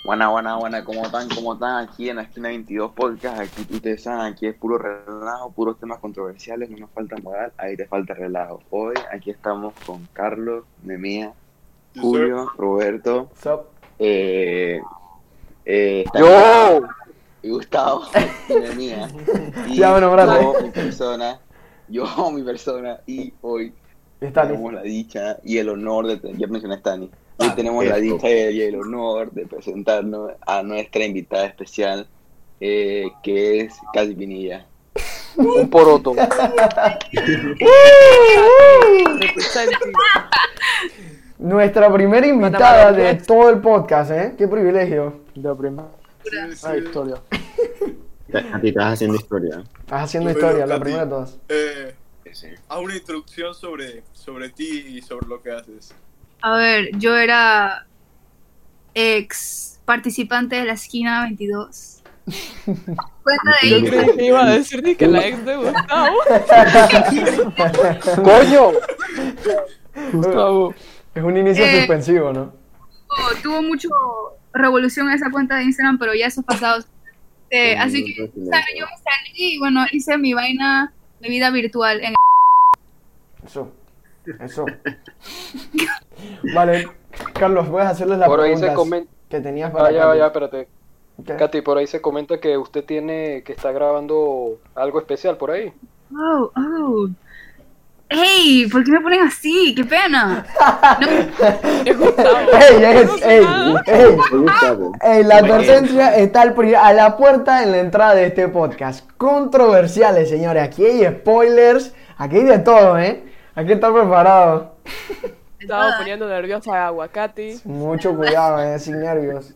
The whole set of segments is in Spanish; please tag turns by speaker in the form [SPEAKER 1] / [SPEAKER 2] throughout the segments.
[SPEAKER 1] Buena, buena, buena, ¿cómo están? ¿Cómo están? Aquí en la esquina 22 podcast, aquí ustedes saben, aquí es puro relajo, puros temas controversiales, no nos falta moral, ahí te falta relajo. Hoy aquí estamos con Carlos, Nemía, Julio, Roberto,
[SPEAKER 2] Sup?
[SPEAKER 1] Stanislao y Gustavo, y Nemía, y
[SPEAKER 2] Ya me nombraste.
[SPEAKER 1] yo, mi persona, y hoy
[SPEAKER 2] Está
[SPEAKER 1] tenemos la dicha y el honor ya mencioné a Stani. Hoy
[SPEAKER 2] Ah,
[SPEAKER 1] tenemos la dicha y el honor de presentarnos a nuestra invitada especial, que es Katy Pinilla.
[SPEAKER 3] Un poroto.
[SPEAKER 2] Nuestra primera invitada de todo el podcast, ¿eh? Qué privilegio.
[SPEAKER 3] La primera historia.
[SPEAKER 4] A ti estás haciendo historia.
[SPEAKER 2] Estás haciendo
[SPEAKER 5] Bueno,
[SPEAKER 2] historia, la
[SPEAKER 5] Katy,
[SPEAKER 2] primera de todas.
[SPEAKER 5] Haz una introducción sobre ti y sobre lo que haces.
[SPEAKER 6] A ver, yo era ex participante de la esquina 22. Cuenta de
[SPEAKER 7] Yo
[SPEAKER 6] Instagram.
[SPEAKER 7] creí que iba a decir que la ex de Gustavo.
[SPEAKER 3] ¡Coño! Gustavo.
[SPEAKER 2] Es un inicio
[SPEAKER 6] Eh,
[SPEAKER 2] suspensivo, ¿no?
[SPEAKER 6] Tuvo mucho revolución esa cuenta de Instagram, pero ya eso es pasado. Así que, ¿sabes? Yo me salí y bueno, hice mi vaina, mi vida virtual.
[SPEAKER 2] Eso. Vale, Carlos, puedes hacerles la
[SPEAKER 3] Por ahí se
[SPEAKER 2] pregunta
[SPEAKER 3] comenta.
[SPEAKER 2] que tenías para
[SPEAKER 3] Ya,
[SPEAKER 2] Katy?
[SPEAKER 3] espérate.
[SPEAKER 2] ¿Qué?
[SPEAKER 3] Katy, por ahí se comenta que usted que está grabando algo especial por ahí.
[SPEAKER 6] Oh. ¡Ey! ¿Por qué me ponen así? ¡Qué pena!
[SPEAKER 7] Es Gustavo.
[SPEAKER 2] ¡Ey! La advertencia está a la puerta en la entrada de este podcast. Controversiales, señores. Aquí hay spoilers, aquí hay de todo, ¿eh? Hay que estar preparado.
[SPEAKER 7] Estaba poniendo nerviosa a Aguacate.
[SPEAKER 2] Mucho cuidado, sin nervios.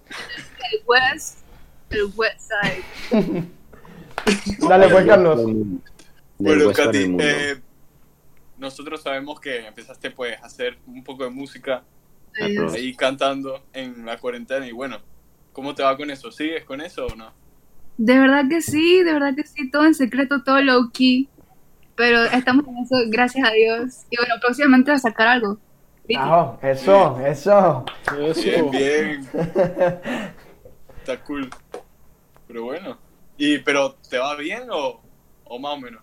[SPEAKER 6] El west side.
[SPEAKER 2] Dale, pues, Carlos.
[SPEAKER 5] Bueno, Katy, nosotros sabemos que empezaste pues a hacer un poco de música ahí cantando en la cuarentena y bueno, ¿cómo te va con eso? ¿Sigues con eso o no?
[SPEAKER 6] De verdad que sí, todo en secreto, todo low key. Pero estamos en eso, gracias a Dios. Y bueno, próximamente a sacar algo.
[SPEAKER 2] Ajo, eso.
[SPEAKER 5] Bien. Está cool. Pero bueno. ¿Pero te va bien o más o menos?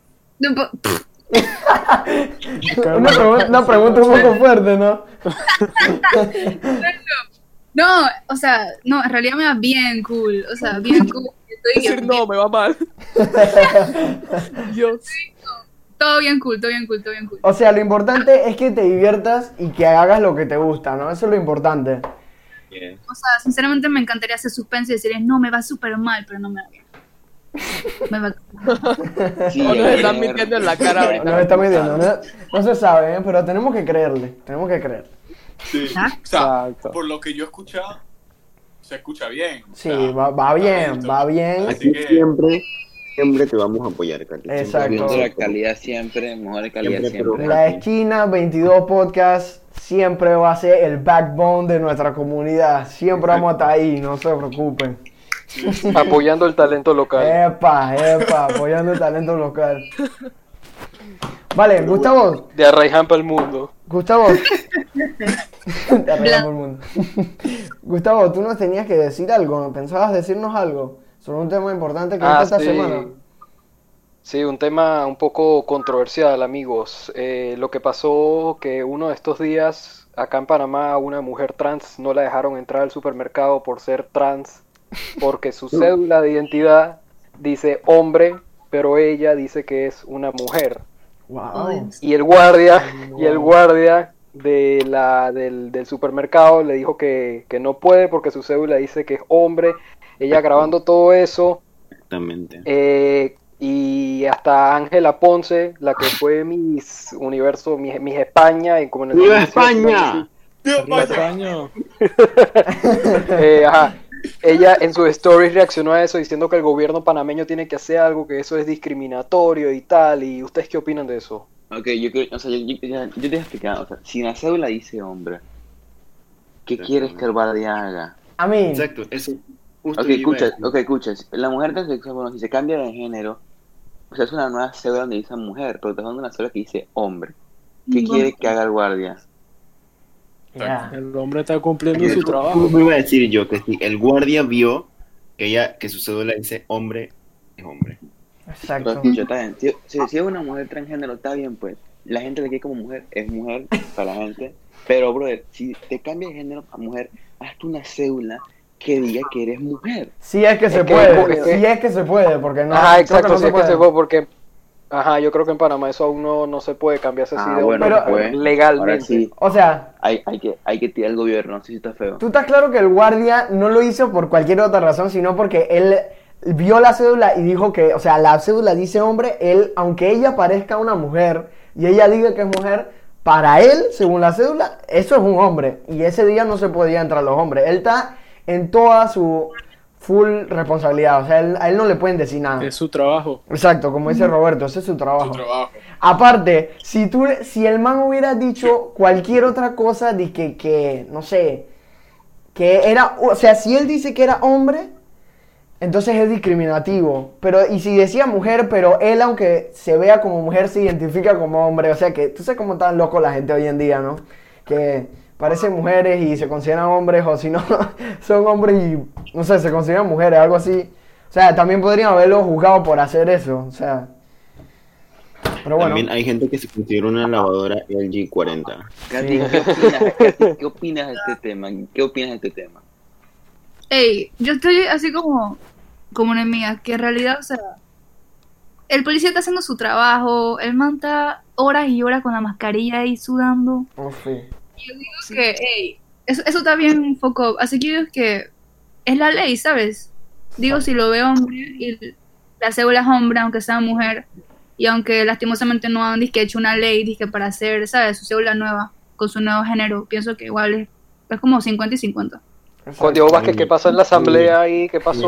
[SPEAKER 2] Una pregunta un poco fuerte, ¿no?
[SPEAKER 6] No, o sea, no, en realidad me va bien cool. O sea, bien cool.
[SPEAKER 7] Decir no, me va mal. Dios.
[SPEAKER 6] Todo bien cool.
[SPEAKER 2] O sea, lo importante es que te diviertas y que hagas lo que te gusta, ¿no? Eso es lo importante.
[SPEAKER 6] O sea, sinceramente me encantaría hacer suspense y decir, no, me va súper mal, pero no me va bien. Me va
[SPEAKER 1] Sí,
[SPEAKER 7] O nos están mintiendo en la cara ahorita.
[SPEAKER 2] Nos está midiendo, no se sabe, ¿eh? Pero tenemos que creerle.
[SPEAKER 5] Sí.
[SPEAKER 6] Exacto.
[SPEAKER 5] O sea,
[SPEAKER 3] Exacto.
[SPEAKER 5] por lo que yo he escuchado, se escucha bien. O
[SPEAKER 2] Sí,
[SPEAKER 5] sea,
[SPEAKER 2] va bien.
[SPEAKER 5] Así
[SPEAKER 4] Aquí
[SPEAKER 5] que-
[SPEAKER 4] siempre te vamos a apoyar, Katy.
[SPEAKER 2] Exacto.
[SPEAKER 1] Viendo la calidad siempre, mejor calidad siempre.
[SPEAKER 2] La esquina 22 podcast siempre va a ser el backbone de nuestra comunidad. Siempre vamos a estar ahí, no se preocupen.
[SPEAKER 3] Apoyando el talento local.
[SPEAKER 2] Epa, apoyando el talento local. Vale, Gustavo.
[SPEAKER 3] De Arraiján para el mundo.
[SPEAKER 2] Te arreglamos el mundo. Gustavo, tú nos tenías que decir algo, ¿pensabas decirnos algo sobre un tema importante que esta
[SPEAKER 3] sí.
[SPEAKER 2] semana?
[SPEAKER 3] Sí, un tema un poco controversial, amigos. Lo que pasó que uno de estos días acá en Panamá a una mujer trans no la dejaron entrar al supermercado por ser trans, porque su cédula de identidad dice hombre, pero ella dice que es una mujer.
[SPEAKER 2] Wow.
[SPEAKER 3] Y el guardia del supermercado le dijo que no puede porque su cédula dice que es hombre. Ella grabando todo eso.
[SPEAKER 4] Exactamente.
[SPEAKER 3] Y hasta Ángela Ponce, la que fue Miss Universo, Miss España, y como en el
[SPEAKER 4] ¡Viva
[SPEAKER 3] 2018,
[SPEAKER 4] España!
[SPEAKER 5] Vaya.
[SPEAKER 3] ajá. Ella en sus stories reaccionó a eso diciendo que el gobierno panameño tiene que hacer algo, que eso es discriminatorio y tal. ¿Y ustedes qué opinan de eso?
[SPEAKER 1] Ok, yo te voy a explicar, o sea, si la cédula dice hombre, ¿qué quieres que el guardia haga?
[SPEAKER 2] A mí,
[SPEAKER 4] Exacto, eso.
[SPEAKER 1] Ok, escucha, la mujer transexual, bueno, si se cambia de género, o sea, es una nueva cédula donde dice mujer, pero te dando una cédula que dice hombre. ¿Qué quiere que haga el guardia?
[SPEAKER 2] Ya.
[SPEAKER 8] El hombre está cumpliendo su trabajo.
[SPEAKER 4] ¿Cómo iba a decir yo que si el guardia vio que su cédula dice hombre, es hombre?
[SPEAKER 2] Exacto.
[SPEAKER 1] Pero escucha, está bien. Si es una mujer transgénero, está bien, pues. La gente le quiere como mujer, es mujer para la gente. Pero, brother, si te cambias de género a mujer, hazte una cédula que diga que eres mujer.
[SPEAKER 2] Sí es que se puede, sí es que se puede, porque no.
[SPEAKER 3] Ajá, exacto,
[SPEAKER 2] creo
[SPEAKER 3] sí es que se puede, porque... Ajá, yo creo que en Panamá eso aún no se puede cambiarse así de
[SPEAKER 1] bueno,
[SPEAKER 3] hombre,
[SPEAKER 1] pues,
[SPEAKER 3] legalmente.
[SPEAKER 1] ahora sí,
[SPEAKER 2] O sea,
[SPEAKER 1] hay que tirar al gobierno, no sé si está feo.
[SPEAKER 2] tú estás claro que el guardia no lo hizo por cualquier otra razón, sino porque él vio la cédula y dijo que, o sea, la cédula dice hombre, él, aunque ella parezca una mujer y ella diga que es mujer, para él, según la cédula, eso es un hombre. Y ese día no se podía entrar los hombres. Él está en toda su full responsabilidad, o sea, a él no le pueden decir nada.
[SPEAKER 8] Es su trabajo.
[SPEAKER 2] Exacto, como dice Roberto, ese es su trabajo.
[SPEAKER 5] Su trabajo.
[SPEAKER 2] Aparte, si el man hubiera dicho cualquier otra cosa de que no sé, que era, o sea, si él dice que era hombre, entonces es discriminativo. Pero, y si decía mujer, pero él, aunque se vea como mujer, se identifica como hombre. O sea que, tú sabes cómo están locos la gente hoy en día, ¿no? Que parecen mujeres y se consideran hombres, o si no, son hombres y, no sé, se consideran mujeres, algo así. O sea, también podrían haberlo juzgado por hacer eso, o sea. Pero bueno.
[SPEAKER 4] También hay gente que se considera una lavadora LG 40.
[SPEAKER 1] Katy, ¿qué opinas de este tema? ¿Qué opinas de este tema?
[SPEAKER 6] Ey, yo estoy así como una mía, que en realidad, o sea, el policía está haciendo su trabajo, el man está horas y horas con la mascarilla ahí sudando.
[SPEAKER 2] Oh, sí.
[SPEAKER 6] Y yo digo que, ey, eso está bien un poco, así que yo digo que es la ley, ¿sabes? Digo, si lo veo hombre y la cédula es hombre, aunque sea mujer, y aunque lastimosamente no han hecho una ley dizque para hacer, ¿sabes? Su cédula nueva, con su nuevo género, pienso que igual es como 50 y 50.
[SPEAKER 3] Con Diego Vázquez, ¿qué pasó en la asamblea ahí? ¿Qué pasó?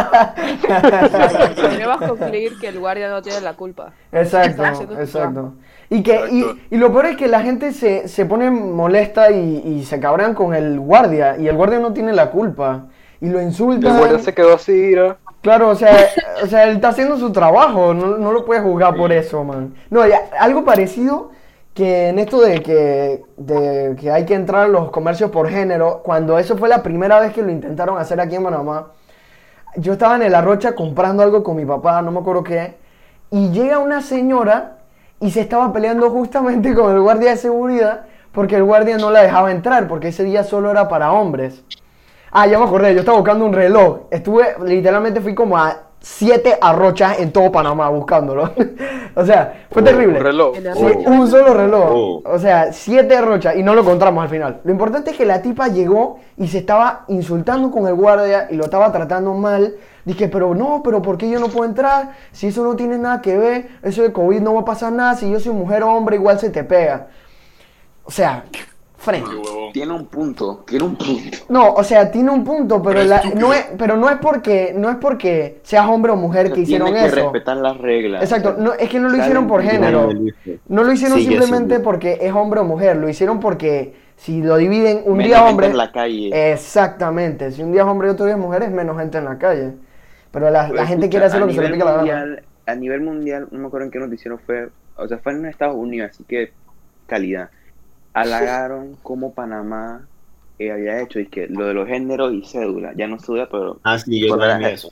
[SPEAKER 7] Tenemos que concluir que el guardia no tiene la culpa.
[SPEAKER 2] Exacto, exacto. Y lo peor es que la gente se pone molesta y se cabrean con el guardia, y el guardia no tiene la culpa. Y lo insultan.
[SPEAKER 3] El guardia se quedó así, ¿no?
[SPEAKER 2] Claro, o sea, él está haciendo su trabajo, no lo puedes juzgar por eso, man. No, ya, algo parecido que en esto de que hay que entrar a los comercios por género, cuando eso fue la primera vez que lo intentaron hacer aquí en Panamá, yo estaba en el Arrocha comprando algo con mi papá, no me acuerdo qué, y llega una señora y se estaba peleando justamente con el guardia de seguridad porque el guardia no la dejaba entrar, porque ese día solo era para hombres. Ah, ya me acordé, yo estaba buscando un reloj, literalmente fui como a 7 Arrochas en todo Panamá buscándolo. O sea, fue terrible.
[SPEAKER 3] Un reloj.
[SPEAKER 2] Sí, un solo reloj. O sea, 7 Arrochas y no lo encontramos al final. Lo importante es que la tipa llegó y se estaba insultando con el guardia y lo estaba tratando mal. Dije, pero ¿por qué yo no puedo entrar? Si eso no tiene nada que ver, eso de COVID no va a pasar nada. Si yo soy mujer o hombre, igual se te pega. O sea, frente.
[SPEAKER 1] Tiene un punto.
[SPEAKER 2] No, o sea, tiene un punto, pero no es porque seas hombre o mujer que hicieron
[SPEAKER 1] Tienes que
[SPEAKER 2] eso.
[SPEAKER 1] respetar las reglas.
[SPEAKER 2] Exacto, no, es que no lo hicieron por género. No lo hicieron simplemente porque es hombre o mujer, lo hicieron porque si lo dividen un
[SPEAKER 1] menos
[SPEAKER 2] día
[SPEAKER 1] gente
[SPEAKER 2] hombre.
[SPEAKER 1] en la calle.
[SPEAKER 2] Exactamente, si un día es hombre y otro día es mujer, es menos gente en la calle. Pero la gente quiere hacer lo que se le pica la gana.
[SPEAKER 1] A nivel mundial, no me acuerdo en qué noticiero fue, o sea, fue en Estados Unidos, así que calidad. Halagaron como Panamá había hecho y que lo de los géneros y cédula, ya no cédula, pero
[SPEAKER 4] sí, yo también eso.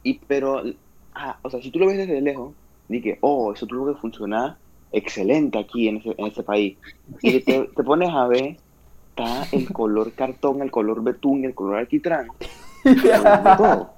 [SPEAKER 1] O sea, si tú lo ves desde lejos, di que eso tuvo que funcionar excelente aquí en ese país. Y te pones a ver, está el color cartón, el color betún, el color alquitrán, todo.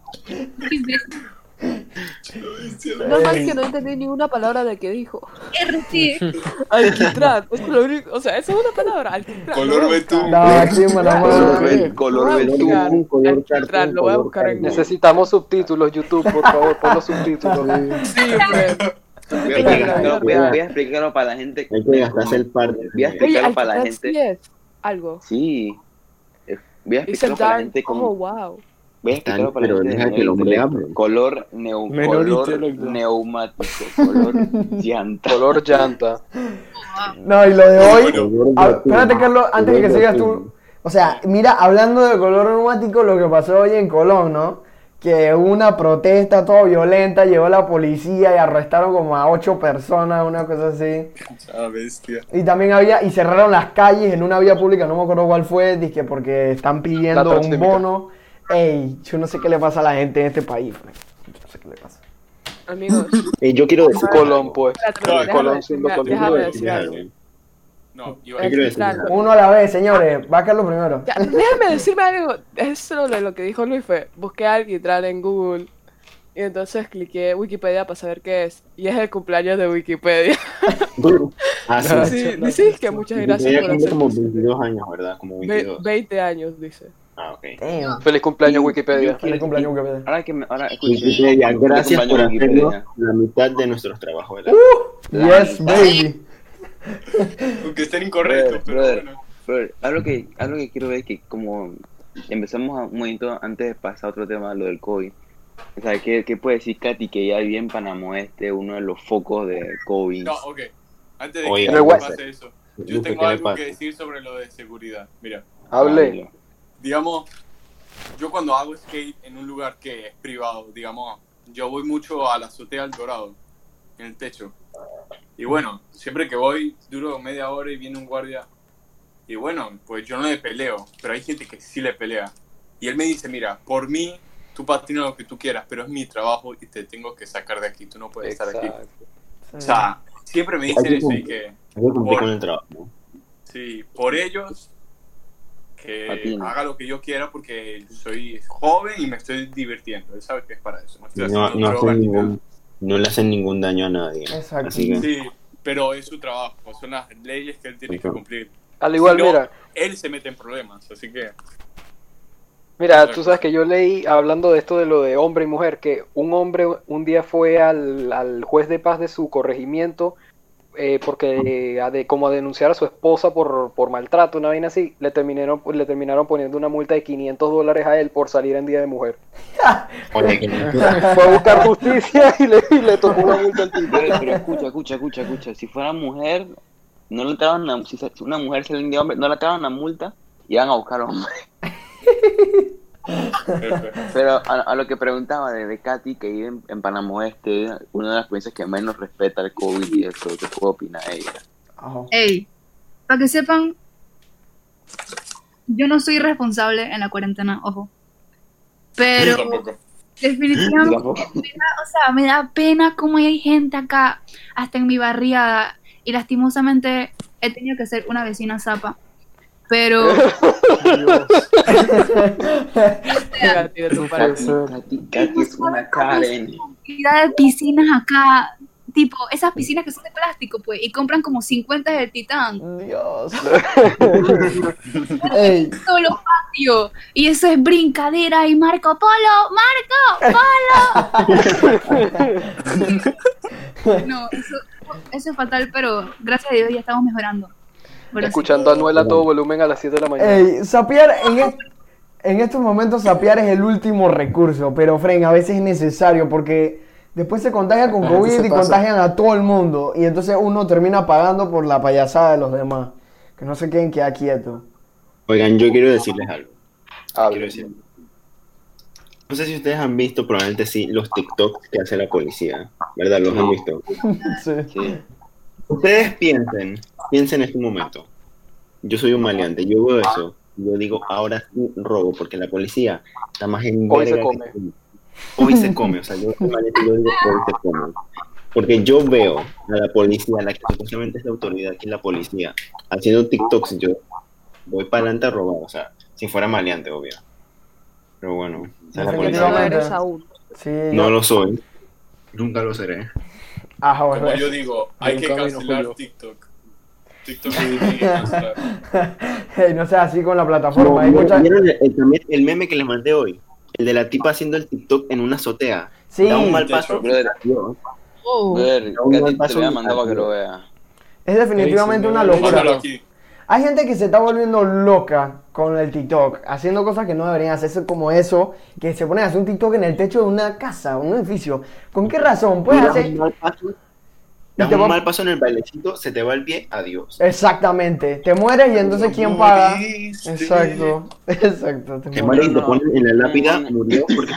[SPEAKER 7] No más que no entendí ni una palabra de que dijo.
[SPEAKER 6] RT.
[SPEAKER 7] Alquitrán. Es lo único, o sea, esa es una palabra. Alquitrán.
[SPEAKER 5] Color betún.
[SPEAKER 2] No, aquí en Panamá.
[SPEAKER 1] Color betún,
[SPEAKER 4] color
[SPEAKER 7] Alquitrán, lo voy a buscar en Google.
[SPEAKER 3] Necesitamos subtítulos, YouTube, por favor, pon los subtítulos.
[SPEAKER 7] Sí, hombre.
[SPEAKER 1] Voy a explicarlo para la gente.
[SPEAKER 4] Hay que gastarse el par.
[SPEAKER 1] Voy a explicarlo para la
[SPEAKER 7] Alquitrán
[SPEAKER 1] gente.
[SPEAKER 7] sí es algo.
[SPEAKER 1] Sí. Voy a
[SPEAKER 7] Dice
[SPEAKER 1] explicarlo para la
[SPEAKER 7] dark.
[SPEAKER 1] gente como.
[SPEAKER 7] Oh, wow.
[SPEAKER 1] Voy a explicarlo para la
[SPEAKER 4] Pero
[SPEAKER 1] gente.
[SPEAKER 4] deja que el hombre hable.
[SPEAKER 1] Color neumático, color llanta.
[SPEAKER 3] Color llanta.
[SPEAKER 2] No, y lo de hoy.
[SPEAKER 4] Color
[SPEAKER 2] Espérate, Carlos, antes de que
[SPEAKER 4] color
[SPEAKER 2] sigas
[SPEAKER 4] betún.
[SPEAKER 2] tú. O sea, mira, hablando de color neumático, lo que pasó hoy en Colón, ¿no? que hubo una protesta toda violenta, llegó la policía y arrestaron como a 8 personas, una cosa así.
[SPEAKER 5] Ah, bestia.
[SPEAKER 2] Y también y cerraron las calles en una vía pública, no me acuerdo cuál fue, dizque porque están pidiendo un bono. Ey, yo no sé qué le pasa a la gente en este país, Frank. Yo no sé qué le pasa.
[SPEAKER 7] Amigos.
[SPEAKER 4] Yo quiero decir
[SPEAKER 3] Colón, pues.
[SPEAKER 7] Espérate,
[SPEAKER 3] Colón siendo Colón.
[SPEAKER 7] déjame decir algo.
[SPEAKER 5] No,
[SPEAKER 4] Yo quiero decir algo.
[SPEAKER 2] Uno a la vez, señores. Va Carlos primero.
[SPEAKER 7] Ya, déjame decirme algo. Eso de lo que dijo Luis fue, busqué a Alquitrán en Google y entonces cliqué Wikipedia para saber qué es. Y es el cumpleaños de Wikipedia.
[SPEAKER 4] Sí.
[SPEAKER 7] Dice que muchas gracias por hacer
[SPEAKER 4] como 22 años, ¿verdad? Como 22.
[SPEAKER 7] 20 años, dice.
[SPEAKER 4] Ah, ok.
[SPEAKER 2] Damn.
[SPEAKER 3] Feliz cumpleaños, Wikipedia.
[SPEAKER 2] Feliz cumpleaños, Wikipedia.
[SPEAKER 1] Ahora escuchen.
[SPEAKER 4] Wikipedia, gracias por
[SPEAKER 1] Cumpleaños
[SPEAKER 4] hacerlo
[SPEAKER 1] Wikipedia.
[SPEAKER 4] la mitad de nuestros trabajos, ¿verdad?
[SPEAKER 2] Yes, baby.
[SPEAKER 5] Aunque estén incorrectos, pero
[SPEAKER 1] Brother,
[SPEAKER 5] bueno.
[SPEAKER 1] brother, algo que quiero ver es que como empezamos un momento antes de pasar a otro tema, lo del COVID. O sea, ¿qué puede decir Katy que ya vive en Panamá Este, uno de los focos de COVID?
[SPEAKER 5] No, ok. Antes de
[SPEAKER 4] Oye,
[SPEAKER 5] que
[SPEAKER 3] Luis,
[SPEAKER 5] pase eso, yo
[SPEAKER 4] Luis,
[SPEAKER 5] tengo
[SPEAKER 4] ¿qué le
[SPEAKER 5] algo
[SPEAKER 4] pasa?
[SPEAKER 5] que decir sobre lo de seguridad. Mira,
[SPEAKER 3] Hable.
[SPEAKER 5] digamos, yo cuando hago skate en un lugar que es privado, digamos, yo voy mucho a la azotea del Dorado, en el techo. Y bueno, siempre que voy, duro media hora y viene un guardia. Y bueno, pues yo no le peleo, pero hay gente que sí le pelea. Y él me dice, mira, por mí, tú patinas lo que tú quieras, pero es mi trabajo y te tengo que sacar de aquí, tú no puedes estar aquí. O sea, siempre me dicen eso y que...
[SPEAKER 4] Hay que cumplir
[SPEAKER 5] por-
[SPEAKER 4] con el trabajo, ¿no?
[SPEAKER 5] Sí, por ellos, que
[SPEAKER 1] Patina.
[SPEAKER 5] haga lo que yo quiera porque soy joven y me estoy divirtiendo. Él sabe que es para eso. No estoy
[SPEAKER 4] No,
[SPEAKER 5] haciendo
[SPEAKER 4] no,
[SPEAKER 5] drogas ni nada.
[SPEAKER 4] no le hacen ningún daño a nadie.
[SPEAKER 2] Exacto.
[SPEAKER 4] Así que,
[SPEAKER 5] Sí, pero es su trabajo. Son las leyes que él tiene que cumplir.
[SPEAKER 3] Al igual,
[SPEAKER 5] Si no,
[SPEAKER 3] mira.
[SPEAKER 5] él se mete en problemas, así que...
[SPEAKER 3] Mira, tú sabes que yo leí, hablando de esto de lo de hombre y mujer, que un hombre un día fue al juez de paz de su corregimiento porque como a denunciar a su esposa por maltrato, una vaina así, le terminaron poniendo una multa de $500 a él por salir en Día de Mujer.
[SPEAKER 4] oye, que
[SPEAKER 3] Fue a buscar justicia y le tocó una multa al tipo.
[SPEAKER 1] Pero escucha. Si fuera mujer, no le traban si una mujer se le de hombre, no le traban la multa y van a buscar hombre. Pero a lo que preguntaba de Katy, que vive en Panamá Este, una de las provincias que menos respeta el COVID y eso, ¿qué puede opinar ella?
[SPEAKER 2] Ajá.
[SPEAKER 6] Ey, para que sepan, yo no soy responsable en la cuarentena, ojo. Pero
[SPEAKER 5] Yo tampoco.
[SPEAKER 6] definitivamente,
[SPEAKER 1] Tampoco.
[SPEAKER 6] me da pena cómo hay gente acá, hasta en mi barriada, y lastimosamente he tenido que ser una vecina zapa. Pero
[SPEAKER 1] Katy es una Karen.
[SPEAKER 6] cantidad de piscinas acá, tipo esas piscinas que son de plástico, pues, y compran como 50 del Titán.
[SPEAKER 2] Dios. Ey,
[SPEAKER 6] Solo patio. Y eso es brincadera y Marco Polo. No, eso es fatal, pero gracias a Dios ya estamos mejorando. Ahora sí.
[SPEAKER 3] Escuchando a Anuel a todo volumen a las 7 de la mañana.
[SPEAKER 2] ey, sapear en estos momentos sapear es el último recurso, pero Fren, a veces es necesario porque después se contagian con
[SPEAKER 8] gente
[SPEAKER 2] COVID
[SPEAKER 8] se
[SPEAKER 2] y
[SPEAKER 8] pasa.
[SPEAKER 2] contagian a todo el mundo y entonces uno termina pagando por la payasada de los demás, que no se queden quedar quietos.
[SPEAKER 4] Oigan, yo quiero decirles algo.
[SPEAKER 3] Hable.
[SPEAKER 4] Quiero decir. No sé si ustedes han visto, probablemente sí, los TikToks que hace la policía, ¿verdad? ¿Los han visto?
[SPEAKER 2] Sí.
[SPEAKER 1] Sí.
[SPEAKER 4] Ustedes piensen en este momento. Yo soy un maleante, yo veo eso. Yo digo, ahora sí robo, porque la policía está más en
[SPEAKER 3] Hoy se
[SPEAKER 4] verga
[SPEAKER 3] come.
[SPEAKER 4] que- Hoy se come, o sea, yo soy maleante y yo digo, hoy se come. Porque yo veo a la policía, la que supuestamente es la autoridad, que es la policía, haciendo TikToks, yo voy para adelante a robar, o sea, si fuera maleante, obvio. Pero bueno, esa es la
[SPEAKER 7] Que
[SPEAKER 2] Definitivamente.
[SPEAKER 7] no
[SPEAKER 4] policía.
[SPEAKER 7] eres aún.
[SPEAKER 2] Sí,
[SPEAKER 4] No lo soy, nunca lo seré.
[SPEAKER 2] Ajá,
[SPEAKER 5] Como
[SPEAKER 2] bueno.
[SPEAKER 5] yo digo, hay que
[SPEAKER 8] camino,
[SPEAKER 5] cancelar
[SPEAKER 8] Julio.
[SPEAKER 5] TikTok. TikTok se tiene que cancelar.
[SPEAKER 2] Ey, no sea así con la plataforma. Hay mucha...
[SPEAKER 4] ¿Vieron el meme que les mandé hoy? El de la tipa haciendo el TikTok en una azotea.
[SPEAKER 2] Sí.
[SPEAKER 4] Da un mal
[SPEAKER 5] De
[SPEAKER 4] paso.
[SPEAKER 5] hecho.
[SPEAKER 1] Brother,
[SPEAKER 4] Dios.
[SPEAKER 1] brother,
[SPEAKER 4] No,
[SPEAKER 1] Katy,
[SPEAKER 4] no
[SPEAKER 1] te voy a
[SPEAKER 4] pasó
[SPEAKER 1] mandar para que lo
[SPEAKER 4] nada.
[SPEAKER 1] veas.
[SPEAKER 2] Es definitivamente una locura.
[SPEAKER 5] Mándalo aquí.
[SPEAKER 2] Hay gente que se está volviendo loca con el TikTok, haciendo cosas que no deberían hacerse, como eso, que se ponen a hacer un TikTok en el techo de una casa, un edificio. ¿Con qué razón? Puedes
[SPEAKER 4] Das
[SPEAKER 2] hacer...
[SPEAKER 4] un mal paso,
[SPEAKER 2] Y
[SPEAKER 4] das
[SPEAKER 2] te
[SPEAKER 4] un
[SPEAKER 2] va-
[SPEAKER 4] mal paso en el bailecito, se te va el pie, adiós.
[SPEAKER 2] Exactamente. Te mueres y entonces ¿quién paga?
[SPEAKER 5] Moriste.
[SPEAKER 2] Exacto. Exacto. Te
[SPEAKER 4] Te
[SPEAKER 2] mueres.
[SPEAKER 4] mueres y te
[SPEAKER 1] no.
[SPEAKER 4] ponen en la lápida,
[SPEAKER 1] No.
[SPEAKER 4] murió porque se tropezó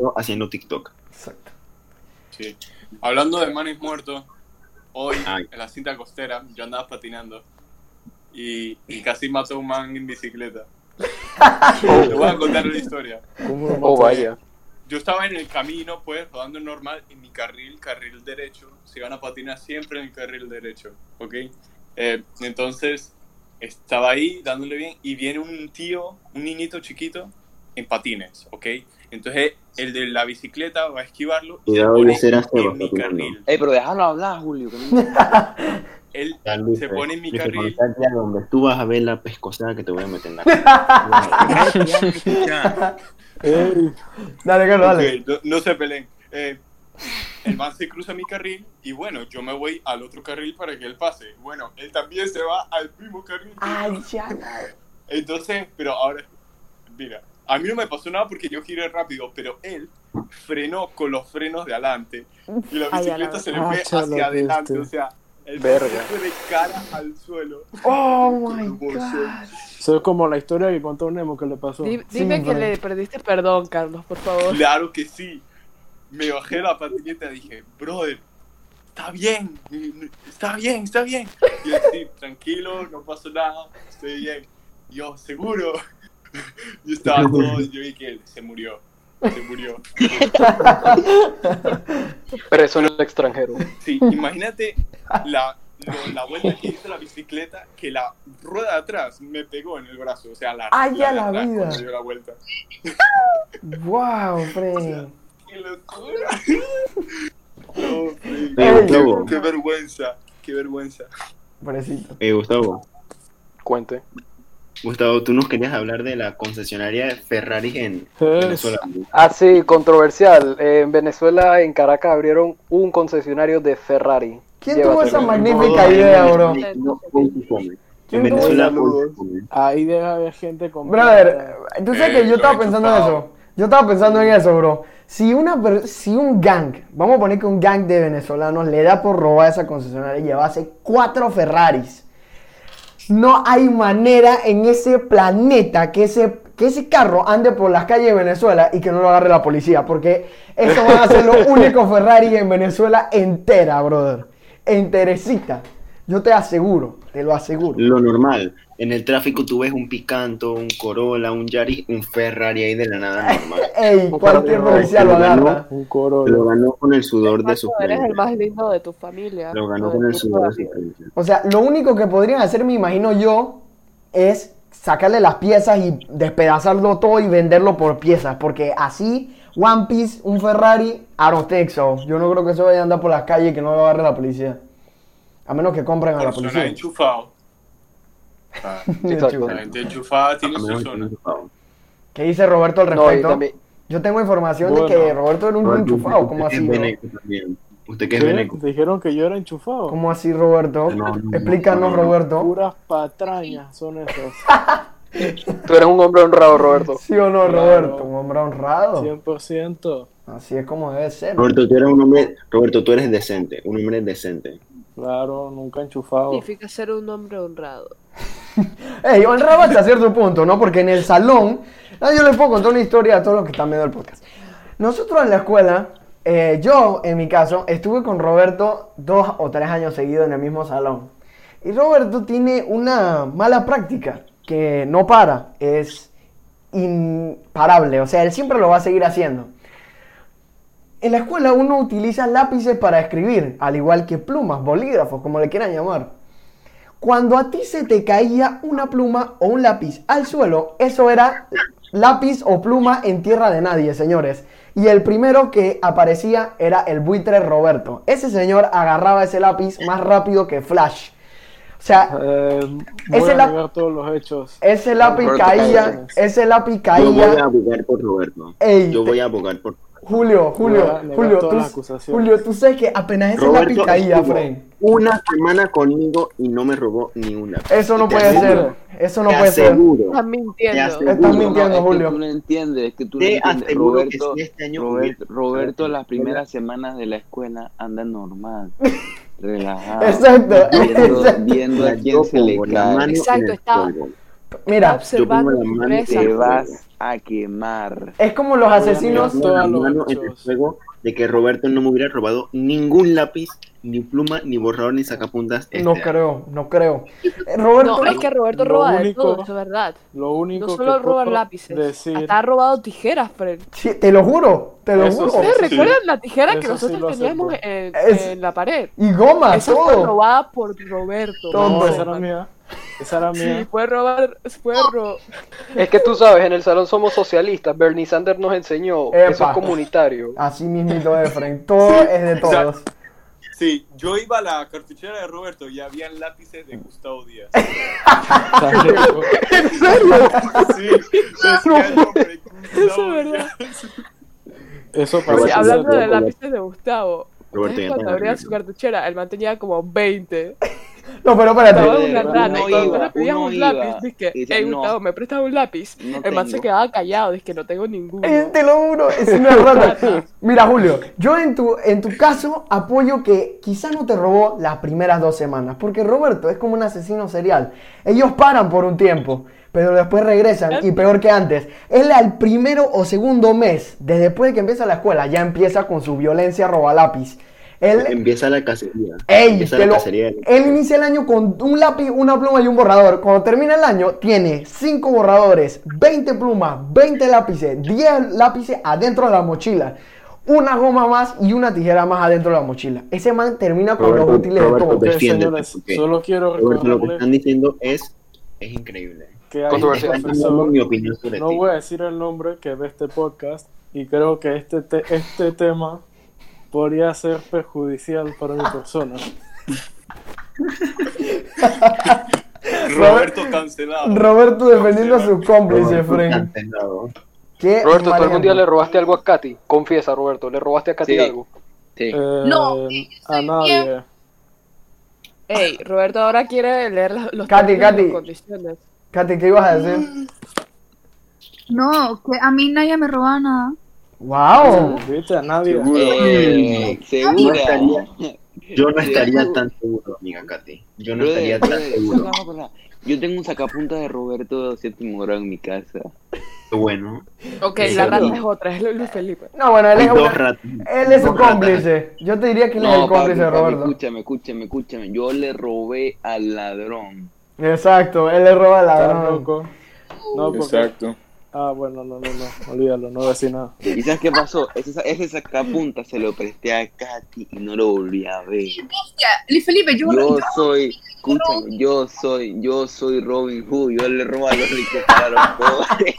[SPEAKER 4] muerto haciendo TikTok.
[SPEAKER 2] Exacto.
[SPEAKER 5] Sí. Hablando de manes muertos, hoy en la cinta costera yo andaba patinando y casi mató a un man en bicicleta. Te voy a contar la historia.
[SPEAKER 3] Vaya.
[SPEAKER 5] Yo estaba en el camino, pues, rodando normal, en mi carril derecho. Se iban a patinar siempre en el carril derecho, ¿ok? Entonces, estaba ahí dándole bien y viene un niñito chiquito en patines, ¿ok? Entonces, el de la bicicleta va a esquivarlo y se pone en mi carril.
[SPEAKER 1] Pero déjalo hablar, Julio.
[SPEAKER 5] Él se pone en mi carril.
[SPEAKER 4] Donde tú vas a ver la pescosada que te voy a meter en la cara.
[SPEAKER 2] Dale, Carlos, dale.
[SPEAKER 5] Okay, no se peleen. El man se cruza mi carril y bueno, yo me voy al otro carril para que él pase. Bueno, él también se va al mismo carril.
[SPEAKER 2] Ay, ya.
[SPEAKER 5] Entonces, pero ahora, mira, a mí no me pasó nada porque yo giré rápido, pero él frenó con los frenos de adelante y la bicicleta se le fue hacia adelante, o sea, el man se fue de cara al suelo.
[SPEAKER 2] Oh my God.
[SPEAKER 8] Eso es como la historia que contó Nemo que le pasó.
[SPEAKER 7] Dime que le perdiste perdón, Carlos, por favor.
[SPEAKER 5] Claro que sí. Me bajé la patineta y dije, brother, está bien. Y así, tranquilo, no pasó nada, estoy bien. Yo, seguro. Yo estaba todo, yo vi que se murió.
[SPEAKER 3] Pero eso en el extranjero.
[SPEAKER 5] Sí, imagínate la vuelta que hizo la bicicleta, que la rueda de atrás me pegó en el brazo, o sea, la
[SPEAKER 2] ya
[SPEAKER 5] de
[SPEAKER 2] la
[SPEAKER 5] atrás
[SPEAKER 2] vida.
[SPEAKER 5] cuando dio la vuelta.
[SPEAKER 2] Wow, Freddy.
[SPEAKER 5] ¡Qué locura! No, Freddy, qué vergüenza.
[SPEAKER 2] Pobrecito.
[SPEAKER 4] Gustavo,
[SPEAKER 3] Cuente.
[SPEAKER 4] tú nos querías hablar de la concesionaria de Ferrari en Venezuela.
[SPEAKER 3] Sí, controversial. En Venezuela, en Caracas, abrieron un concesionario de Ferrari.
[SPEAKER 2] ¿Quién tuvo esa magnífica idea, bro?
[SPEAKER 4] En Venezuela,
[SPEAKER 8] ahí debe haber gente con...
[SPEAKER 2] Brother, tú sabes que yo estaba pensando en eso. Yo estaba pensando en eso, bro. Si un gang, vamos a poner que un gang de venezolanos le da por robar esa concesionaria y llevarse 4 Ferraris, no hay manera en ese planeta que ese carro ande por las calles de Venezuela y que no lo agarre la policía, porque esos van a ser los únicos Ferrari en Venezuela entera, brother. Enterecita. Yo te lo aseguro.
[SPEAKER 4] Lo normal, en el tráfico tú ves un Picanto, un Corolla, un Yaris, un Ferrari ahí de la nada normal.
[SPEAKER 2] Ey, cualquier policía lo agarra.
[SPEAKER 8] Un Corolla.
[SPEAKER 4] Lo ganó con el sudor de su frente.
[SPEAKER 7] Eres el más lindo de tu familia.
[SPEAKER 4] Lo ganó con el sudor de su frente.
[SPEAKER 2] O sea, lo único que podrían hacer, me imagino yo, es sacarle las piezas y despedazarlo todo y venderlo por piezas, porque así, One Piece, un Ferrari, I don't think so. Yo no creo que eso vaya a andar por las calles y que no lo agarre la policía. A menos que compren a la policía.
[SPEAKER 5] Enchufado. La gente enchufada tiene su zona.
[SPEAKER 2] ¿Qué dice Roberto al respecto?
[SPEAKER 3] No,
[SPEAKER 2] yo tengo información de que Roberto era un enchufado. ¿Cómo así, bro?
[SPEAKER 4] ¿Usted qué es veneco?
[SPEAKER 8] Te dijeron que yo era enchufado.
[SPEAKER 2] ¿Cómo así, Roberto? Explícanos, Roberto.
[SPEAKER 8] Puras patrañas son esos.
[SPEAKER 3] Tú eres un hombre honrado, Roberto.
[SPEAKER 2] ¿Sí o no, Roberto? Un hombre honrado.
[SPEAKER 8] 100%.
[SPEAKER 2] Así es como debe ser.
[SPEAKER 4] Roberto, tú eres un hombre. Roberto, tú eres decente. Un hombre decente.
[SPEAKER 8] Claro, nunca enchufado.
[SPEAKER 7] Significa ser un hombre honrado.
[SPEAKER 2] Ey, honrado hasta cierto punto, ¿no? Porque en el salón, yo les puedo contar una historia a todos los que están viendo el podcast. Nosotros en la escuela, yo en mi caso, estuve con Roberto 2 o 3 años seguidos en el mismo salón. Y Roberto tiene una mala práctica que no para, es imparable, o sea, él siempre lo va a seguir haciendo. En la escuela uno utiliza lápices para escribir, al igual que plumas, bolígrafos, como le quieran llamar. Cuando a ti se te caía una pluma o un lápiz al suelo, eso era lápiz o pluma en tierra de nadie, señores. Y el primero que aparecía era el buitre Roberto. Ese señor agarraba ese lápiz más rápido que Flash. O sea,
[SPEAKER 8] voy a negar todos los hechos.
[SPEAKER 2] Ese lápiz caía.
[SPEAKER 4] Yo voy a abogar por Roberto. Yo voy a abogar por
[SPEAKER 2] Julio, tú sabes que apenas ese
[SPEAKER 4] Roberto
[SPEAKER 2] lápiz caía, Fred.
[SPEAKER 4] Una semana conmigo y no me robó ni un lápiz.
[SPEAKER 2] Eso no puede ser. Eso no puede ser.
[SPEAKER 7] Estás mintiendo.
[SPEAKER 2] Estás mintiendo, Julio.
[SPEAKER 1] Es que tú no entiendes, Roberto las primeras semanas de la escuela anda normal, relajado.
[SPEAKER 2] Exacto.
[SPEAKER 1] Viendo a quién se le cae.
[SPEAKER 7] Exacto,
[SPEAKER 2] Mira,
[SPEAKER 4] Yo pongo
[SPEAKER 7] observando
[SPEAKER 4] la
[SPEAKER 7] tu
[SPEAKER 4] mano
[SPEAKER 7] presa.
[SPEAKER 1] Te vas a quemar.
[SPEAKER 2] es como los asesinos.
[SPEAKER 4] Pongo la mano en el juego de que Roberto no me hubiera robado ningún lápiz, ni pluma, ni borrador, ni sacapuntas.
[SPEAKER 2] No creo. Roberto,
[SPEAKER 7] No, es que Roberto
[SPEAKER 8] Lo
[SPEAKER 7] roba de
[SPEAKER 8] único-
[SPEAKER 7] todo, eso es verdad.
[SPEAKER 8] Lo único
[SPEAKER 7] No solo
[SPEAKER 8] que
[SPEAKER 7] roban
[SPEAKER 8] puedo
[SPEAKER 7] lápices,
[SPEAKER 8] decir,
[SPEAKER 7] hasta ha robado tijeras, Fred.
[SPEAKER 2] sí, te lo juro.
[SPEAKER 8] Eso sí.
[SPEAKER 7] ¿Ustedes recuerdan la tijera que
[SPEAKER 8] Eso sí
[SPEAKER 7] nosotros
[SPEAKER 8] lo
[SPEAKER 7] teníamos
[SPEAKER 8] acepto.
[SPEAKER 7] en la pared?
[SPEAKER 2] Y goma,
[SPEAKER 7] Esa fue
[SPEAKER 2] todo.
[SPEAKER 7] robada por Roberto.
[SPEAKER 2] Todo.
[SPEAKER 8] no,
[SPEAKER 7] no
[SPEAKER 8] esa era mía. Esa era
[SPEAKER 7] Sí,
[SPEAKER 8] mía.
[SPEAKER 7] fue robar,
[SPEAKER 3] Es que tú sabes, en el salón somos socialistas. Bernie Sanders nos enseñó.
[SPEAKER 2] Epa.
[SPEAKER 3] Eso es comunitario.
[SPEAKER 2] Así mismito es, Frank. Todo es de todos.
[SPEAKER 5] Sí, yo iba a la cartuchera de Roberto y habían lápices de Gustavo Díaz.
[SPEAKER 8] Estás loco.
[SPEAKER 5] Sí, decía el nombre,
[SPEAKER 7] Eso
[SPEAKER 5] Gustavo
[SPEAKER 7] es verdad.
[SPEAKER 5] Díaz.
[SPEAKER 8] Eso
[SPEAKER 4] Sí,
[SPEAKER 8] pasa.
[SPEAKER 7] Sí,
[SPEAKER 4] Roberto,
[SPEAKER 7] hablando de
[SPEAKER 4] Roberto.
[SPEAKER 7] lápices de Gustavo.
[SPEAKER 4] Roberto,
[SPEAKER 7] ¿Ustedes
[SPEAKER 4] ya
[SPEAKER 7] cuando
[SPEAKER 4] te
[SPEAKER 7] abrían
[SPEAKER 4] agarré.
[SPEAKER 7] su cartuchera, el man tenía como 20?
[SPEAKER 2] No, pero
[SPEAKER 7] Estaba
[SPEAKER 2] espérate.
[SPEAKER 1] de
[SPEAKER 7] una
[SPEAKER 1] verdad,
[SPEAKER 7] rana
[SPEAKER 1] uno
[SPEAKER 7] y cuando
[SPEAKER 1] iba,
[SPEAKER 7] tú le pedías
[SPEAKER 1] uno
[SPEAKER 7] un
[SPEAKER 1] iba
[SPEAKER 7] lápiz, dice
[SPEAKER 1] y decía,
[SPEAKER 7] hey
[SPEAKER 1] no.
[SPEAKER 7] Gustavo, ¿me prestas un lápiz?
[SPEAKER 1] No
[SPEAKER 7] El man se
[SPEAKER 1] tengo.
[SPEAKER 7] quedaba callado, dice que no tengo ninguno.
[SPEAKER 2] Te lo juro, es una rata. Mira, Julio, yo en tu caso apoyo que quizá no te robó las primeras 2 semanas, porque Roberto es como un asesino serial. Ellos paran por un tiempo, pero después regresan y peor que antes. Él al primero o segundo mes, desde después de que empieza la escuela, ya empieza con su violencia robalápiz. Él,
[SPEAKER 4] Empieza la cacería.
[SPEAKER 2] ey,
[SPEAKER 4] Empieza
[SPEAKER 2] te
[SPEAKER 4] la
[SPEAKER 2] lo-
[SPEAKER 4] cacería.
[SPEAKER 2] él inicia el año con un lápiz, una pluma y un borrador. Cuando termina el año, tiene 5 borradores, 20 plumas, 20 lápices, 10 lápices adentro de la mochila, una goma más y una tijera más adentro de la mochila. Ese man termina con los útiles de
[SPEAKER 4] Roberto,
[SPEAKER 2] todo.
[SPEAKER 8] Ok,
[SPEAKER 4] defiéndete,
[SPEAKER 8] señores,
[SPEAKER 4] porque
[SPEAKER 8] solo quiero
[SPEAKER 4] Roberto, lo que
[SPEAKER 8] recordarles
[SPEAKER 4] están diciendo es increíble.
[SPEAKER 8] que hay un
[SPEAKER 3] Controversial.
[SPEAKER 4] Están dando mi
[SPEAKER 8] profesor,
[SPEAKER 4] opinión sobre
[SPEAKER 8] no
[SPEAKER 4] ti.
[SPEAKER 8] voy a decir el nombre, que ve este podcast y creo que este tema podría ser perjudicial para mi persona.
[SPEAKER 5] Roberto cancelado.
[SPEAKER 2] Roberto defendiendo a sus cómplices,
[SPEAKER 4] Roberto
[SPEAKER 2] Fren.
[SPEAKER 4] cancelado.
[SPEAKER 2] Qué
[SPEAKER 3] Roberto, ¿tú algún
[SPEAKER 2] maleante.
[SPEAKER 3] día le robaste algo a Katy? Confiesa, Roberto, ¿le robaste a Katy
[SPEAKER 1] Sí.
[SPEAKER 3] algo?
[SPEAKER 1] Sí.
[SPEAKER 6] No,
[SPEAKER 8] A nadie.
[SPEAKER 7] Ey, Roberto ahora quiere leer los
[SPEAKER 2] Katy,
[SPEAKER 7] términos y
[SPEAKER 2] Katy.
[SPEAKER 7] las condiciones.
[SPEAKER 2] Katy, ¿qué ibas a decir?
[SPEAKER 6] No, que a mí nadie me robaba nada.
[SPEAKER 2] ¡Wow!
[SPEAKER 8] ¿Viste? A nadie.
[SPEAKER 1] Segura.
[SPEAKER 4] Yo no estaría
[SPEAKER 1] Seguro.
[SPEAKER 4] tan seguro, amiga Katy. Yo no
[SPEAKER 1] Brother,
[SPEAKER 4] estaría tan
[SPEAKER 1] brother,
[SPEAKER 4] seguro.
[SPEAKER 1] vamos a pasar. Yo tengo un sacapuntas de Roberto séptimo grado en mi casa.
[SPEAKER 4] Qué bueno.
[SPEAKER 7] Ok,
[SPEAKER 4] ¿En
[SPEAKER 7] la
[SPEAKER 4] serio?
[SPEAKER 7] rata es otra, es Luis Felipe.
[SPEAKER 2] No, bueno, él
[SPEAKER 4] Hay
[SPEAKER 2] es,
[SPEAKER 4] dos ratas.
[SPEAKER 2] él es su
[SPEAKER 4] Dos ratas.
[SPEAKER 2] cómplice. Yo te diría que él es el
[SPEAKER 1] No,
[SPEAKER 2] cómplice de Roberto.
[SPEAKER 1] escúchame. Yo le robé al ladrón.
[SPEAKER 2] Exacto, él le roba la
[SPEAKER 8] Estás
[SPEAKER 2] ladrón.
[SPEAKER 8] loco. No, porque...
[SPEAKER 5] Exacto.
[SPEAKER 8] Ah, bueno, no. Olvídalo, no voy a decir nada.
[SPEAKER 1] ¿Y sabes qué pasó? Ese sacapuntas se lo presté a Katy y no lo volví a ver.
[SPEAKER 6] Ya, Luis Felipe,
[SPEAKER 1] Escúchame, yo soy Robin Hood, yo le robo a los ricos para los pobres.